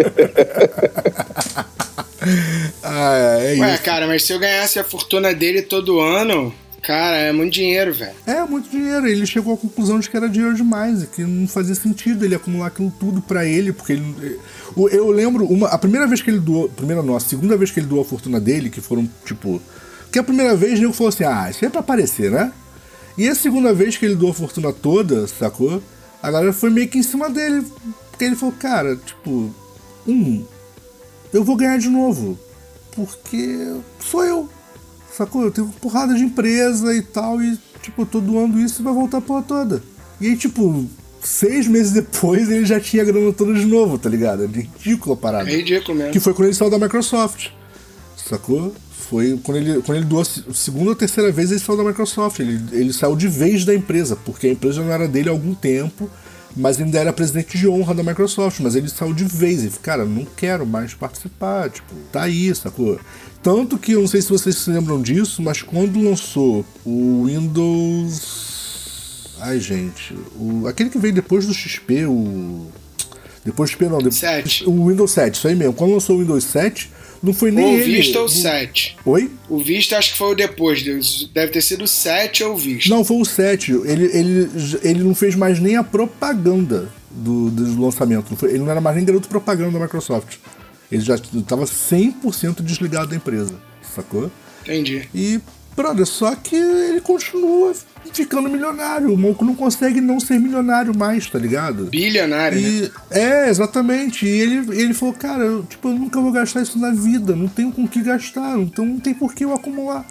Ah, é Ué, isso. cara, mas se eu ganhasse a fortuna dele todo ano, cara, é muito dinheiro, velho. É, muito dinheiro. Ele chegou à conclusão de que era dinheiro demais e que não fazia sentido ele acumular aquilo tudo pra ele, porque ele... Eu lembro, uma, a primeira vez que ele doou... Primeira não, a segunda vez que ele doou a fortuna dele, que foram, tipo... Que a primeira vez, o nego falou assim, ah, isso é pra aparecer, né? E a segunda vez que ele doou a fortuna toda, sacou? A galera foi meio que em cima dele, porque ele falou, cara, tipo... Um, eu vou ganhar de novo, porque sou eu. Sacou? Eu tenho uma porrada de empresa e tal, e, tipo, eu tô doando isso e vai voltar a porra toda. E aí, tipo, seis meses depois ele já tinha a grana toda de novo, tá ligado? É ridículo a parada. É ridículo mesmo. Que foi quando ele saiu da Microsoft. Sacou? Foi quando ele, quando ele doou a segunda ou terceira vez ele saiu da Microsoft. Ele, ele saiu de vez da empresa, porque a empresa já não era dele há algum tempo, mas ainda era presidente de honra da Microsoft. Mas ele saiu de vez. E cara, não quero mais participar. Tipo, tá aí, sacou? Tanto que, eu não sei se vocês se lembram disso, mas quando lançou o Windows... Ai, gente... O... Aquele que veio depois do X P, o... Depois do X P não, depois... sete. O Windows sete, isso aí mesmo. Quando lançou o Windows sete, não foi nem Ou o ele... Vista ou o não... sete. Oi? O Vista acho que foi o depois, deve ter sido o sete ou o Vista. Não, foi o sete. Ele, ele, ele não fez mais nem a propaganda do, do lançamento. Não foi... Ele não era mais nem garoto propaganda da Microsoft. Ele já estava cem por cento desligado da empresa, sacou? Entendi. E, brother, só que ele continua ficando milionário. O maluco não consegue não ser milionário mais, tá ligado? Bilionário, E, né? é, exatamente. E ele, ele falou, cara, eu, tipo, eu nunca vou gastar isso na vida. Não tenho com o que gastar, então não tem por que eu acumular.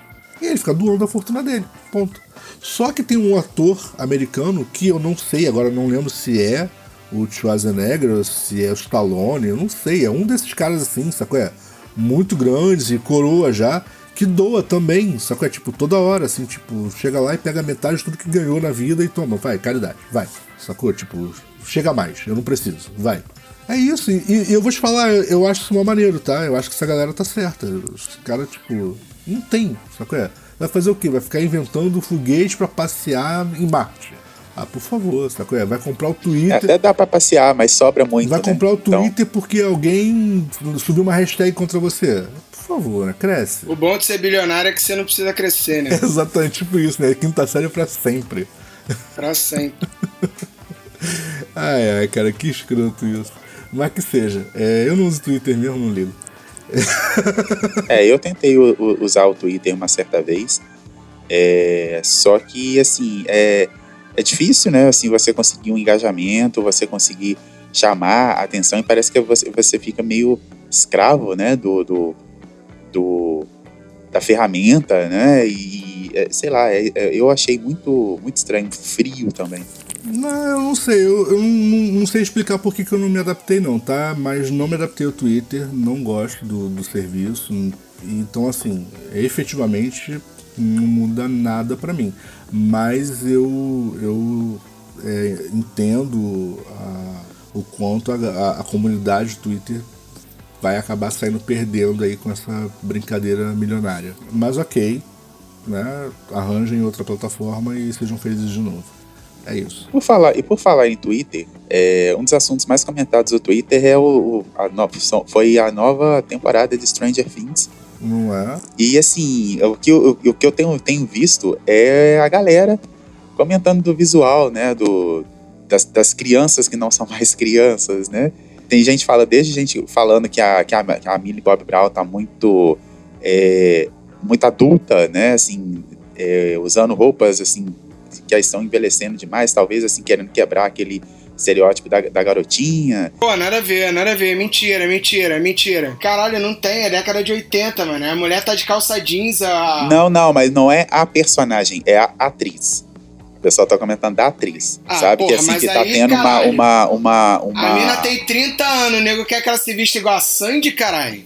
E ele fica doando a fortuna dele, ponto. Só que tem um ator americano que eu não sei, agora eu não lembro se é o Schwarzenegger ou se é o Stallone, eu não sei, é um desses caras assim, sacou? É muito grandes e coroa já, que doa também, sacou? É tipo toda hora, assim, tipo, chega lá e pega metade de tudo que ganhou na vida e toma, vai, caridade, vai, sacou? Tipo, chega mais, eu não preciso, vai. É isso, e, e eu vou te falar, eu acho isso uma maneiro, tá? Eu acho que essa galera tá certa. Os caras, tipo, não tem, sacou? É? Vai fazer o quê? Vai ficar inventando foguete pra passear em Marte. Ah, por favor, sacou? É? Vai comprar o Twitter. Até dá pra passear, mas sobra muito. Vai né? comprar o Twitter então... porque alguém subiu uma hashtag contra você. Por favor, né? Cresce. O bom de ser bilionário é que você não precisa crescer, né? É exatamente tipo isso, né? Quinta série pra sempre. Pra sempre. Ai, ai, cara, que escroto isso. Mas que seja, é, eu não uso Twitter mesmo, não ligo. É, eu tentei u- u- usar o Twitter uma certa vez, é, só que, assim, é, é difícil, né, assim, você conseguir um engajamento, você conseguir chamar a atenção, e parece que você, você fica meio escravo, né, do, do, do da ferramenta, né, e, é, sei lá, é, é, eu achei muito, muito estranho, frio também. Não, eu não sei, eu, eu não, não sei explicar por que, que eu não me adaptei não, tá? Mas não me adaptei ao Twitter, não gosto do, do serviço, então assim, efetivamente não muda nada pra mim. Mas eu, eu é, entendo a, o quanto a, a, a comunidade do Twitter vai acabar saindo perdendo aí com essa brincadeira milionária. Mas ok, né? Arranjem outra plataforma e sejam felizes de novo. É isso. Por falar, e por falar em Twitter, é, um dos assuntos mais comentados do Twitter é o, o, a no, foi a nova temporada de Stranger Things. Não é? E assim, o que, eu, o que eu tenho, tenho visto é a galera comentando do visual, né? Do, das, das crianças que não são mais crianças, né? Tem gente fala, desde gente falando que a, que a, que a Millie Bobby Brown tá muito, é, muito adulta, né? Assim, é, usando roupas assim que estão envelhecendo demais, talvez assim, querendo quebrar aquele estereótipo da, da garotinha. Pô, nada a ver, nada a ver, mentira, mentira, mentira. Caralho, não tem, é década de oitenta, mano, a mulher tá de calça jeans, a... Não, não, mas não é a personagem, é a atriz. O pessoal tá comentando da atriz, ah, sabe? Porra, que assim, que tá aí, tendo uma, uma, uma, uma... A mina tem trinta anos, o nego quer que ela se vista igual a Sandy, caralho.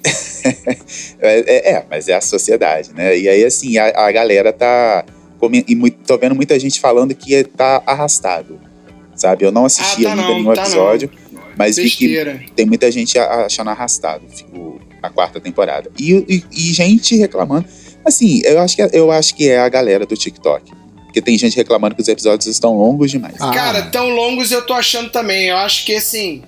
é, é, mas é a sociedade, né? E aí, assim, a, a galera tá... E muito, tô vendo muita gente falando que tá arrastado, sabe? Eu não assisti ah, tá ainda não, nenhum tá episódio, não. mas Besteira. Vi que tem muita gente achando arrastado o, a quarta temporada. E, e, e gente reclamando. Assim, eu acho, que, eu acho que é a galera do TikTok. Porque tem gente reclamando que os episódios estão longos demais. Ah. Cara, tão longos eu tô achando também. Eu acho que, assim,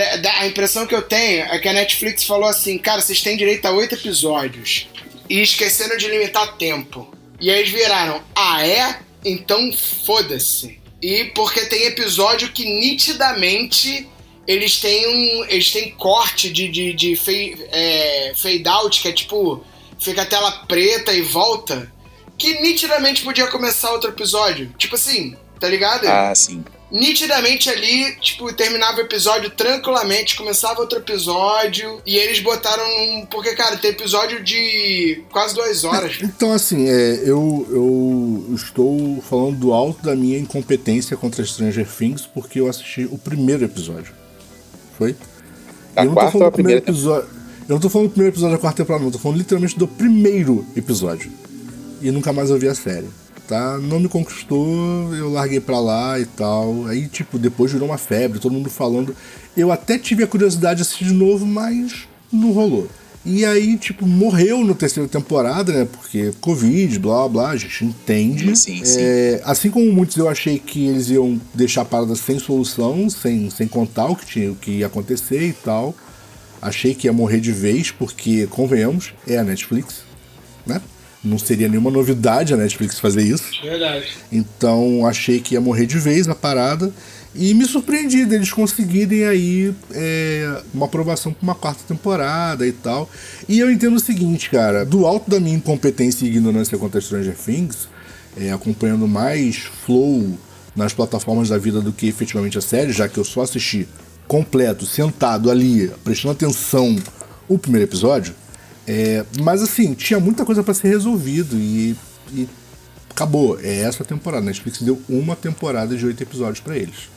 a impressão que eu tenho é que a Netflix falou assim, cara, vocês têm direito a oito episódios. E esqueceram de limitar tempo. E aí eles viraram, ah é? Então foda-se. E porque tem episódio que nitidamente eles têm um. Eles têm corte de, de, de fade, é, fade out, que é tipo, fica a tela preta e volta. Que nitidamente podia começar outro episódio. Tipo assim, tá ligado? Ah, sim. Nitidamente ali, tipo, terminava o episódio tranquilamente, começava outro episódio, e eles botaram um... Porque, cara, tem episódio de quase duas horas. Então, assim, é, eu, eu estou falando do alto da minha incompetência contra Stranger Things, porque eu assisti o primeiro episódio. Foi? Da quarta ou a primeira episódio. Eu não tô falando do primeiro episódio da quarta temporada, não. Tô falando literalmente do primeiro episódio. E nunca mais eu vi a série. Tá? Não me conquistou, eu larguei pra lá e tal. Aí, tipo, depois virou uma febre, todo mundo falando. Eu até tive a curiosidade de assistir de novo, mas não rolou. E aí, tipo, morreu na terceira temporada, né? Porque Covid, blá blá, a gente entende. Sim, sim. É, assim como muitos, eu achei que eles iam deixar a parada sem solução, sem, sem contar o que, tinha, o que ia acontecer e tal. Achei que ia morrer de vez, porque, convenhamos, é a Netflix, né? Não seria nenhuma novidade a Netflix fazer isso. Verdade. Então achei que ia morrer de vez a parada. E me surpreendi deles conseguirem aí é, uma aprovação para uma quarta temporada e tal. E eu entendo o seguinte, cara. Do alto da minha incompetência e ignorância contra Stranger Things, é, acompanhando mais flow nas plataformas da vida do que efetivamente a série, já que eu só assisti completo, sentado ali, prestando atenção o primeiro episódio. É, mas assim, tinha muita coisa pra ser resolvido e e acabou. É essa temporada. A Netflix deu uma temporada de oito episódios pra eles.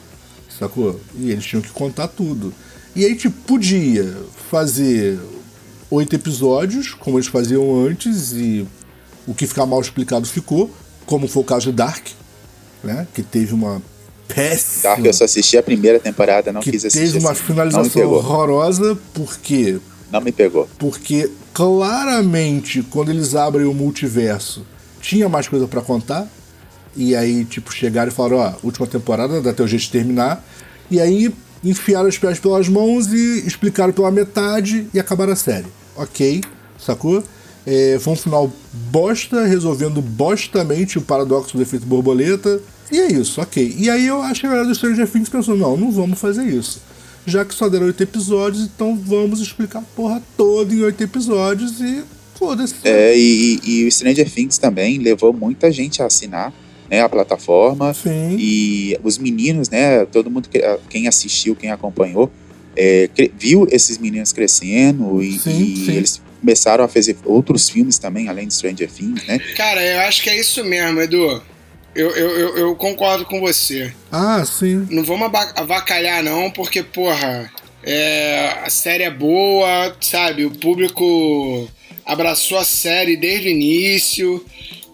Sacou? E eles tinham que contar tudo. E aí, tipo, podia fazer oito episódios, como eles faziam antes, e o que ficar mal explicado ficou, como foi o caso de Dark, né? Que teve uma péssima... Dark eu só assisti a primeira temporada, não que quis assistir. Teve uma assim. finalização horrorosa, porque... Não me pegou. Porque, claramente, quando eles abrem o multiverso, tinha mais coisa pra contar, e aí, tipo, chegaram e falaram, ó, última temporada, dá até o jeito de terminar, e aí enfiaram os pés pelas mãos e explicaram pela metade e acabaram a série. Ok, sacou? É, foi um final bosta, resolvendo bostamente o paradoxo do efeito borboleta, e é isso, ok. E aí eu acho que a galera do Stranger Things pensou, não, não vamos fazer isso. Já que só deram oito episódios, então vamos explicar a porra toda em oito episódios e foda-se. É, e, e o Stranger Things também levou muita gente a assinar, né, a plataforma. Sim. E os meninos, né, todo mundo, que, quem assistiu, quem acompanhou, é, cre- viu esses meninos crescendo e, Sim, e sim. eles começaram a fazer outros filmes também, além de Stranger Things, né? Cara, eu acho que é isso mesmo, Edu. Eu, eu, eu, eu concordo com você. Ah, sim. Não vamos aba- avacalhar, não, porque, porra, é, a série é boa, sabe? O público abraçou a série desde o início.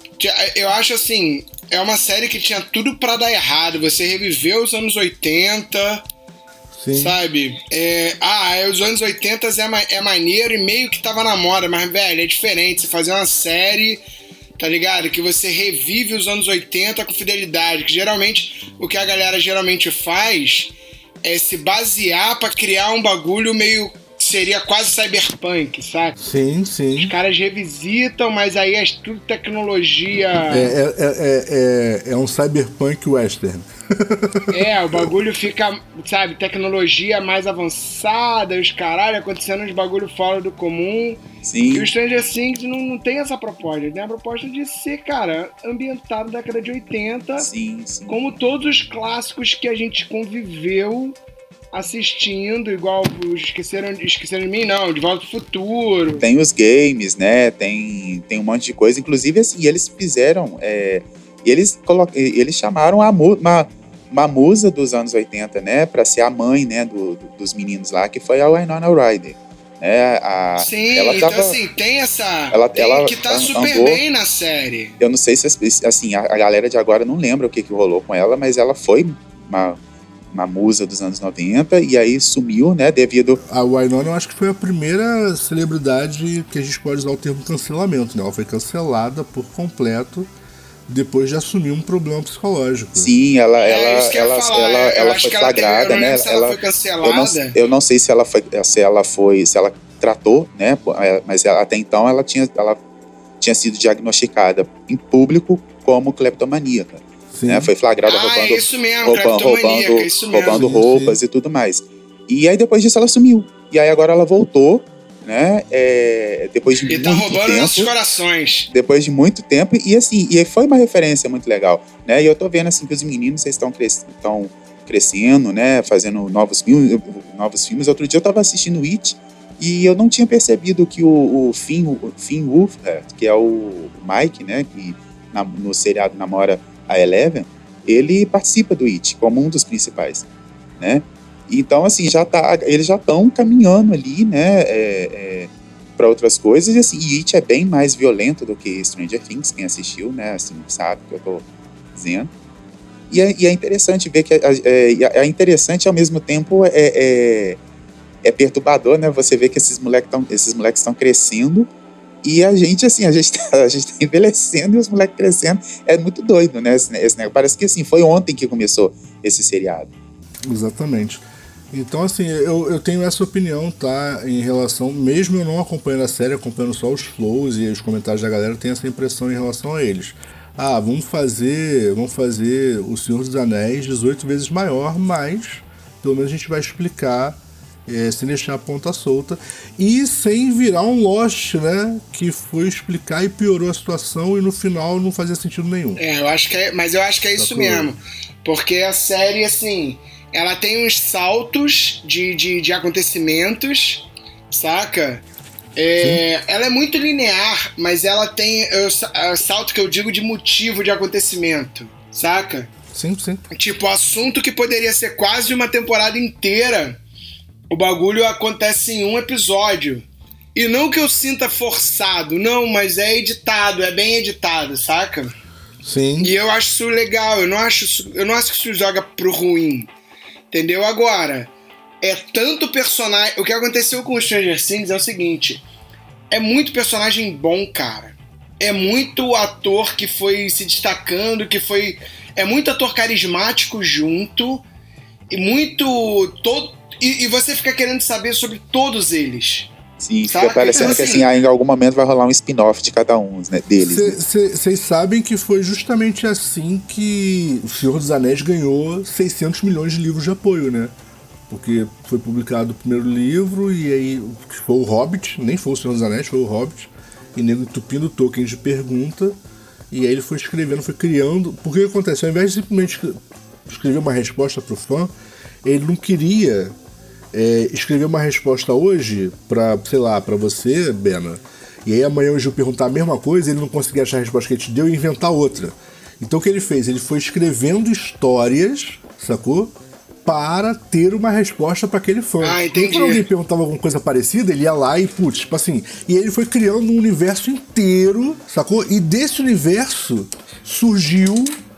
Eu acho assim, é uma série que tinha tudo pra dar errado. Você reviveu os anos oitenta, Sim. sabe? É, ah, é, os anos oitenta é, ma- é maneiro e meio que tava na moda, mas, velho, é diferente. Você fazer uma série, tá ligado? Que você revive os anos oitenta com fidelidade. Que geralmente, o que a galera geralmente faz é se basear pra criar um bagulho meio... seria quase cyberpunk, sabe? Sim, sim. Os caras revisitam, mas aí é tudo tecnologia... É, é, é, é, é um cyberpunk western. É, o bagulho fica, sabe, tecnologia mais avançada, os caralho, acontecendo uns bagulho fora do comum. Sim. E o Stranger Things não, não tem essa proposta. Ele tem a proposta de ser, cara, ambientado na década de oitenta, Sim, sim. como todos os clássicos que a gente conviveu assistindo, igual os Esqueceram, Esqueceram de Mim, não, De Volta pro Futuro. Tem os games, né? Tem, tem um monte de coisa. Inclusive, assim, eles fizeram... É, eles, colo- eles chamaram a mu- uma, uma musa dos anos oitenta, né? Pra ser a mãe, né? Do, do- dos meninos lá, que foi a Winona Ryder. Né? A, Sim, ela então tava, assim, tem essa... ela- tem ela que tá an- super andou- bem na série. Eu não sei se, as- assim, a, a galera de agora não lembra o que, que rolou com ela, mas ela foi uma, uma musa dos anos noventa e aí sumiu, né? Devido... A Winona, eu acho que foi a primeira celebridade que a gente pode usar o termo cancelamento, né? Ela foi cancelada por completo depois de assumir um problema psicológico. Sim, ela, É, ela, isso que eu ia ela, falar, ela, eu ela acho foi que ela teve- flagrada, eu não né? lembro se ela foi cancelada. Eu não, eu não sei se ela foi, se ela foi, se ela tratou, né? Mas ela, até então ela tinha, ela tinha sido diagnosticada em público como cleptomaníaca. Sim. Né? Foi flagrada Ah, roubando, é isso mesmo, roubando, cleptomaníaca, roubando, isso mesmo. roubando Sim, roupas sim. e tudo mais. E aí depois disso ela sumiu. E aí agora ela voltou, né? É, depois de E muito tá roubando nossos tempo. corações. Depois de muito tempo, e assim, e foi uma referência muito legal, né? E eu tô vendo assim que os meninos estão cres- estão crescendo, né? Fazendo novos filmes, novos filmes. Outro dia eu tava assistindo It e eu não tinha percebido que o, o Finn, o Finn Wolfhard, que é o Mike, né? Que na- no seriado namora a Eleven, ele participa do It como um dos principais, né? Então assim já tá, eles já estão caminhando ali, né? É, é, para outras coisas, e assim, e It é bem mais violento do que Stranger Things, quem assistiu, né, assim, sabe o que eu tô dizendo. E é, e é interessante ver que, é, é, é interessante ao mesmo tempo, é, é, é perturbador, né, você vê que esses moleques estão esses moleques estão crescendo, e a gente, assim, a gente, tá, a gente tá envelhecendo e os moleques crescendo, é muito doido, né, esse, esse negócio. Parece que, assim, foi ontem que começou esse seriado. Exatamente. Então, assim, eu, eu tenho essa opinião, tá? Em relação, mesmo eu não acompanhando a série, acompanhando só os flows e os comentários da galera, eu tenho essa impressão em relação a eles. Ah, vamos fazer, vamos fazer O Senhor dos Anéis dezoito vezes maior, mas pelo menos a gente vai explicar, é, sem deixar a ponta solta e sem virar um Lost, né? Que foi explicar e piorou a situação e no final não fazia sentido nenhum. É, eu acho que é, mas eu acho que é isso Sacou? mesmo. Porque a série, assim, ela tem uns saltos de, de, de acontecimentos, saca? É, ela é muito linear, mas ela tem o salto que eu digo de motivo de acontecimento, saca? Sim, sim. Tipo, assunto que poderia ser quase uma temporada inteira, o bagulho acontece em um episódio. E não que eu sinta forçado, não, mas é editado, é bem editado, saca? Sim. E eu acho isso legal, eu não acho isso, eu não acho que isso joga pro ruim, entendeu? Agora, é tanto personagem... O que aconteceu com o Stranger Things é o seguinte, é muito personagem bom, cara. É muito ator que foi se destacando, que foi... É muito ator carismático junto, e muito... Todo, e, e você fica querendo saber sobre todos eles. Sim, fica parecendo que assim, ah, em algum momento vai rolar um spin-off de cada um, né, deles. Vocês sabem que foi justamente assim que O Senhor dos Anéis ganhou seiscentos milhões de livros de apoio, né? Porque foi publicado o primeiro livro e aí foi o Hobbit, nem foi O Senhor dos Anéis, foi o Hobbit, e nego entupindo Tolkien de pergunta, e aí ele foi escrevendo, foi criando. Porque o que aconteceu? Ao invés de simplesmente escrever uma resposta pro fã, ele não queria... É, escrever uma resposta hoje pra, sei lá, pra você, Bena, e aí amanhã o Gil perguntar a mesma coisa, ele não conseguir achar a resposta que ele te deu e inventar outra. Então o que ele fez? Ele foi escrevendo histórias, sacou? Para ter uma resposta pra aquele fã. Ah, entendi. E quando alguém perguntava alguma coisa parecida, ele ia lá e, putz, tipo assim, e ele foi criando um universo inteiro, sacou? E desse universo surgiu,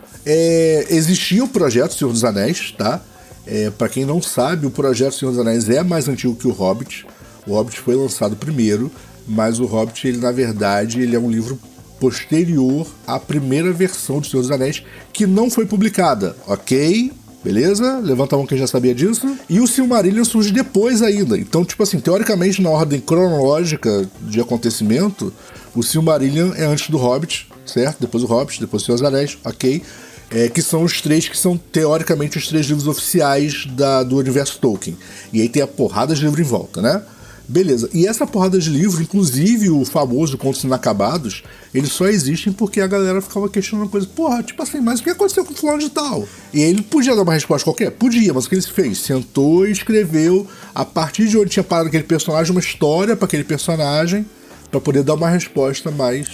é, existia o projeto Senhor dos Anéis, tá? É, para quem não sabe, o projeto Senhor dos Anéis é mais antigo que o Hobbit. O Hobbit foi lançado primeiro, mas o Hobbit, ele na verdade, ele é um livro posterior à primeira versão do Senhor dos Anéis, que não foi publicada, ok? Beleza? Levanta a mão quem já sabia disso. E o Silmarillion surge depois ainda. Então, tipo assim, teoricamente, na ordem cronológica de acontecimento, o Silmarillion é antes do Hobbit, certo? Depois o Hobbit, depois o Senhor dos Anéis, ok? É, que são os três que são, teoricamente, os três livros oficiais da, do universo Tolkien. E aí tem a porrada de livro em volta, né? Beleza. E essa porrada de livro, inclusive o famoso Contos Inacabados, eles só existem porque a galera ficava questionando coisa. Porra, tipo assim, mas o que aconteceu com o fulano de tal? E aí ele podia dar uma resposta qualquer? Podia, mas o que ele fez? Sentou e escreveu, a partir de onde tinha parado aquele personagem, uma história para aquele personagem, para poder dar uma resposta mais,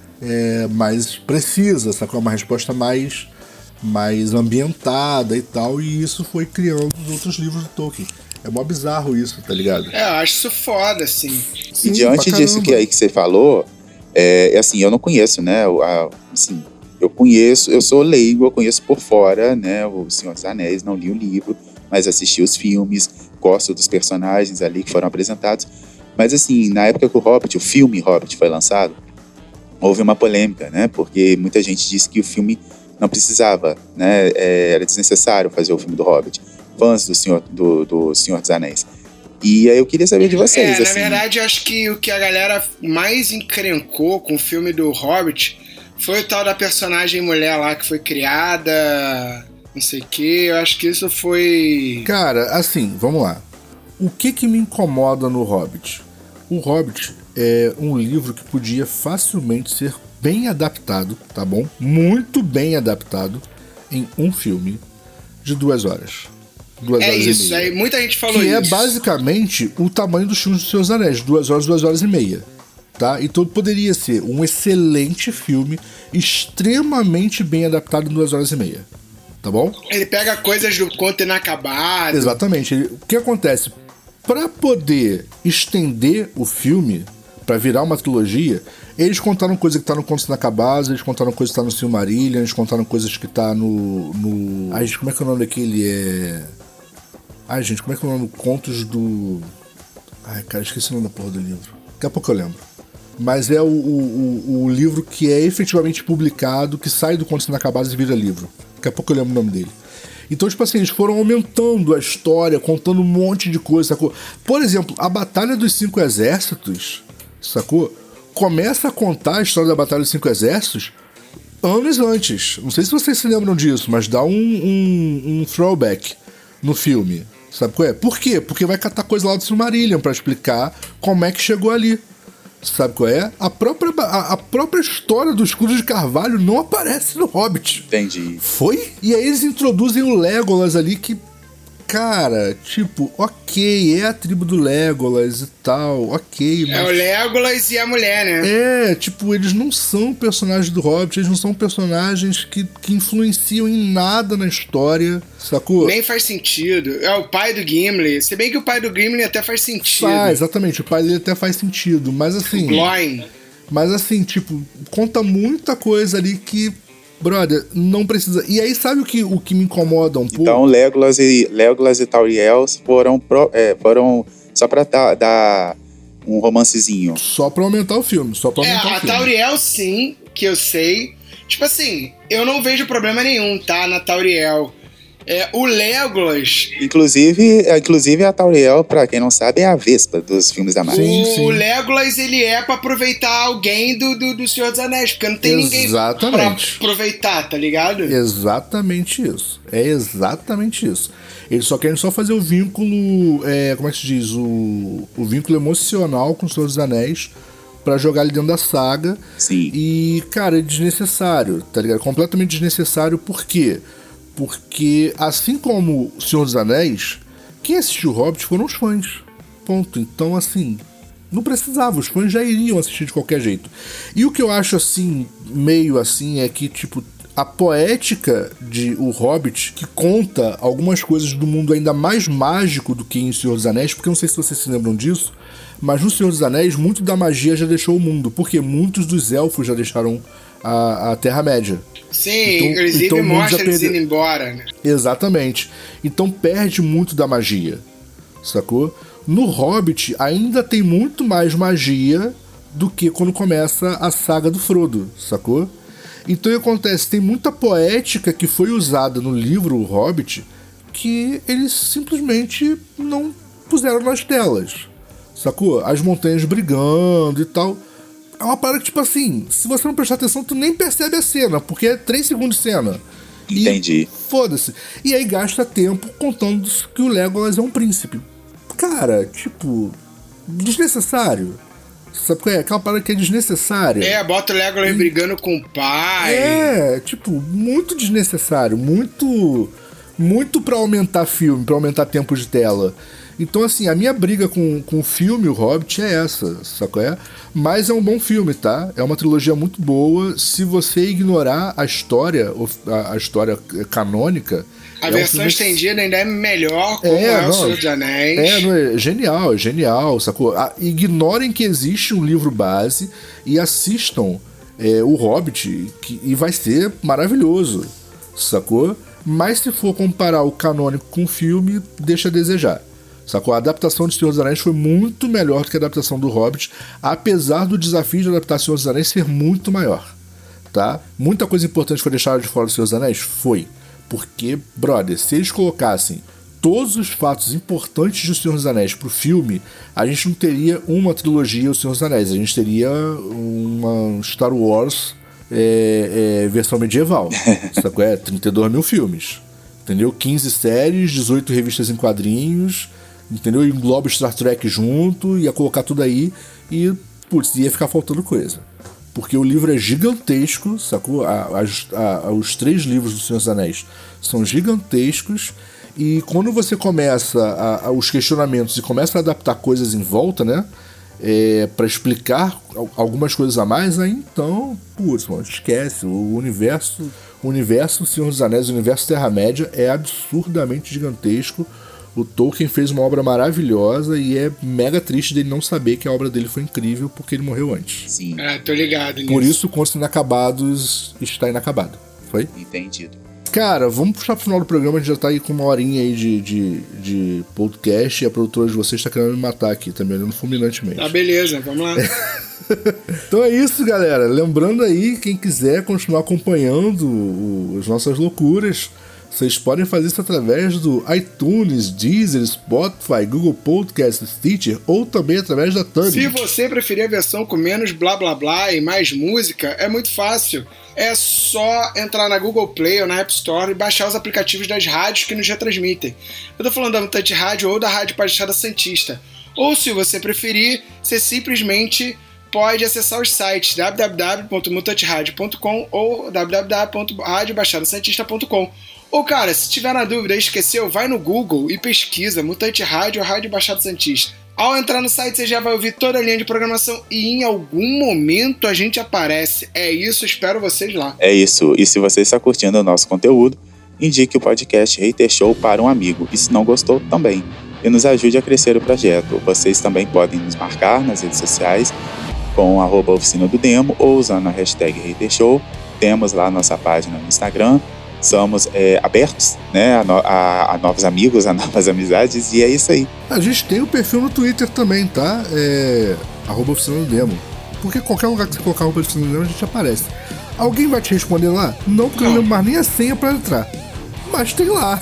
é, mais precisa, sacou? Uma resposta mais... mais ambientada e tal, e isso foi criando os outros livros do Tolkien. É mó bizarro isso, tá ligado? É, eu acho isso foda, assim. Sim, e diante disso que aí que você falou, é, assim, eu não conheço, né, a, assim, eu conheço, eu sou leigo, eu conheço por fora, né, o Senhor dos Anéis, não li o livro, mas assisti os filmes, gosto dos personagens ali que foram apresentados, mas assim, na época que o Hobbit, o filme Hobbit foi lançado, houve uma polêmica, né, porque muita gente disse que o filme não precisava, né? Era desnecessário fazer o filme do Hobbit. Fãs do Senhor, do, do Senhor dos Anéis. E aí eu queria saber de vocês. É, assim. Na verdade, eu acho que o que a galera mais encrencou com o filme do Hobbit foi o tal da personagem mulher lá que foi criada, não sei o que. Eu acho que isso foi... Cara, assim, vamos lá. O que que me incomoda no Hobbit? O Hobbit é um livro que podia facilmente ser bem adaptado, tá bom? Muito bem adaptado em um filme de duas horas. Duas é horas isso, e meia. É, muita gente falou que isso. Que é basicamente o tamanho dos filmes dos Senhor dos Anéis, duas horas, duas horas e meia. Tá? Então poderia ser um excelente filme, extremamente bem adaptado em duas horas e meia. Tá bom? Ele pega coisas do Conto Inacabado. Exatamente. Ele, o que acontece? Para poder estender o filme, para virar uma trilogia, eles contaram coisa que tá no Contos Inacabados, eles contaram coisa que tá no Silmarillion, eles contaram coisas que tá no... no... Ai, gente, como é que é o nome daquele? É... Ai, gente, como é que é o nome? Contos do... Ai, cara, esqueci o nome da porra do livro. Daqui a pouco eu lembro. Mas é o, o, o livro que é efetivamente publicado, que sai do Contos Inacabados e vira livro. Daqui a pouco eu lembro o nome dele. Então, tipo assim, eles foram aumentando a história, contando um monte de coisa, sacou? Por exemplo, a Batalha dos Cinco Exércitos, sacou? Começa a contar a história da Batalha dos Cinco Exércitos anos antes. Não sei se vocês se lembram disso, mas dá um, um, um throwback no filme. Sabe qual é? Por quê? Porque vai catar coisa lá do Silmarillion pra explicar como é que chegou ali. Sabe qual é? A própria, a, a própria história do Escudo de Carvalho não aparece no Hobbit. Entendi. Foi? E aí eles introduzem o Legolas ali que... cara, tipo, ok, é a tribo do Legolas e tal, ok, mas... É o Legolas e a mulher, né? É, tipo, eles não são personagens do Hobbit, eles não são personagens que, que influenciam em nada na história, sacou? Nem faz sentido. É o pai do Gimli. Se bem que o pai do Gimli até faz sentido. Ah, exatamente, o pai dele até faz sentido, mas assim... Gloin. Mas assim, tipo, conta muita coisa ali que... Brother, não precisa. E aí, sabe o que, o que me incomoda um pouco? Então, Legolas e, Legolas e Tauriel foram, pro, é, foram só pra dar, dar um romancezinho. Só pra aumentar o filme. Só pra É, aumentar a o filme. Tauriel, sim, que eu sei. Tipo assim, eu não vejo problema nenhum, tá? Na Tauriel. É, o Legolas. Inclusive, inclusive, a Tauriel, pra quem não sabe, é a Vespa dos filmes da Marvel. Sim, o, sim. o Legolas, ele é pra aproveitar alguém do, do, do Senhor dos Anéis, porque não tem Exatamente. ninguém pra aproveitar, tá ligado? Exatamente isso. É exatamente isso. Eles só querem só fazer o vínculo, é, como é que se diz? O, o vínculo emocional com o Senhor dos Anéis pra jogar ali dentro da saga. Sim. E, cara, é desnecessário, tá ligado? Completamente desnecessário, por quê? Porque, assim como o Senhor dos Anéis, quem assistiu o Hobbit foram os fãs. Ponto. Então, assim, não precisava, os fãs já iriam assistir de qualquer jeito. E o que eu acho, assim, meio assim, é que, tipo, a poética de O Hobbit, que conta algumas coisas do mundo ainda mais mágico do que em Senhor dos Anéis, porque eu não sei se vocês se lembram disso, mas no Senhor dos Anéis, muito da magia já deixou o mundo, porque muitos dos elfos já deixaram a, a Terra-média. Sim, Então- inclusive então o mundo mostra já eles perdeu- indo embora, né? Exatamente. Então perde muito da magia, sacou? No Hobbit ainda tem muito mais magia do que quando começa a saga do Frodo, sacou? Então o que acontece? Tem muita poética que foi usada no livro O Hobbit que eles simplesmente não puseram nas telas, sacou? As montanhas brigando e tal. É uma parada que, tipo assim, se você não prestar atenção, tu nem percebe a cena, porque é três segundos de cena. E Entendi. foda-se. E aí gasta tempo contando que o Legolas é um príncipe. Cara, tipo, desnecessário. Sabe qual é? Aquela parada que é desnecessária. É, bota o Legolas brigando com o pai. É, tipo, muito desnecessário, muito muito pra aumentar filme, pra aumentar tempo de tela. Então, assim, a minha briga com, com o filme, o Hobbit, é essa, sacou? É? Mas é um bom filme, tá? É uma trilogia muito boa. Se você ignorar a história, a, a história canônica... A é um versão filme- estendida ainda é melhor, como é, É, o não, Senhor dos Anéis. É, não, é genial, é genial, sacou? Ah, ignorem que existe um livro base e assistam é, o Hobbit, que, e vai ser maravilhoso, sacou? Mas se for comparar o canônico com o filme, deixa a desejar. Sacou? A adaptação de Senhor dos Anéis foi muito melhor do que a adaptação do Hobbit, apesar do desafio de adaptar Senhor dos Anéis ser muito maior, tá? Muita coisa importante foi deixada de fora do Senhor dos Anéis? Foi. Porque, brother, se eles colocassem todos os fatos importantes de O Senhor dos Anéis pro filme, a gente não teria uma trilogia O Senhor dos Anéis, a gente teria uma Star Wars é, é, versão medieval. Sacou? É trinta e dois mil filmes. Entendeu? quinze séries, dezoito revistas em quadrinhos, entendeu? E engloba Star Trek junto, ia colocar tudo aí e, putz, ia ficar faltando coisa. Porque o livro é gigantesco, sacou? A, a, a, os três livros do Senhor dos Anéis são gigantescos. E quando você começa a, a, os questionamentos e começa a adaptar coisas em volta, né? É, para explicar algumas coisas a mais, aí então, putz, mano, esquece. O universo, o universo Senhor dos Anéis, o universo Terra-média é absurdamente gigantesco. O Tolkien fez uma obra maravilhosa e é mega triste dele não saber que a obra dele foi incrível porque ele morreu antes. Sim, É, tô ligado nisso. Por isso, Contos Inacabados está inacabado. Foi? entendido. Cara, vamos puxar pro final do programa, a gente já tá aí com uma horinha aí de, de, de podcast e a produtora de vocês tá querendo me matar aqui, tá me olhando fulminantemente. Tá, beleza, vamos lá. Então é isso, galera. Lembrando aí, quem quiser continuar acompanhando o, as nossas loucuras, vocês podem fazer isso através do iTunes, Deezer, Spotify, Google Podcast, Stitcher ou também através da Turbine. Se você preferir a versão com menos blá blá blá e mais música, é muito fácil. É só entrar na Google Play ou na App Store e baixar os aplicativos das rádios que nos retransmitem. Eu tô falando da Mutante Rádio ou da Rádio Baixada Santista. Ou, se você preferir, você simplesmente pode acessar os sites w w w ponto mutante rádio ponto com ou w w w ponto rádio baixada santista ponto com. Ou, cara, se tiver na dúvida e esqueceu, vai no Google e pesquisa Mutante Rádio ou Rádio Baixada Santista. Ao entrar no site, você já vai ouvir toda a linha de programação e em algum momento a gente aparece. É isso, espero vocês lá. É isso. E se você está curtindo o nosso conteúdo, indique o podcast Hater Show para um amigo. E se não gostou, também. E nos ajude a crescer o projeto. Vocês também podem nos marcar nas redes sociais com arroba oficina do demo ou usando a hashtag Hater Show. Temos lá a nossa página no Instagram. Somos é, abertos, né, a, no, a, a novos amigos, a novas amizades, e é isso aí. A gente tem o perfil no Twitter também, tá? É arroba oficina do demo. Porque qualquer lugar que você colocar arroba oficina do demo, a gente aparece. Alguém vai te responder lá? Não, porque eu não lembro mais nem a senha pra entrar. Mas tem lá.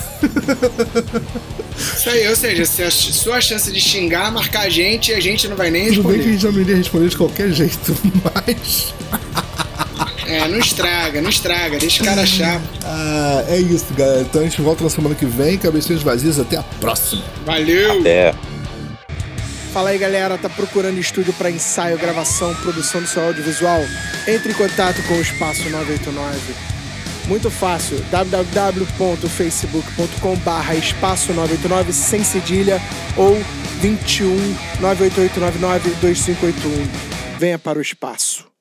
Isso aí, ou seja, se a sua chance de xingar, marcar a gente, a gente não vai nem responder. Tudo bem que a gente já não iria responder de qualquer jeito, mas... É, não estraga, não estraga, deixa o cara achar. Ah, é isso, galera. Então a gente volta na semana que vem. Cabecinhas vazias, até a próxima. Valeu! Até. Fala aí, galera. Tá procurando estúdio para ensaio, gravação, produção do seu audiovisual? Entre em contato com o Espaço nove oito nove. Muito fácil, w w w ponto facebook ponto com barra espaço nove oito nove sem cedilha ou vinte e um, nove oito oito nove nove, dois cinco oito um. Venha para o espaço.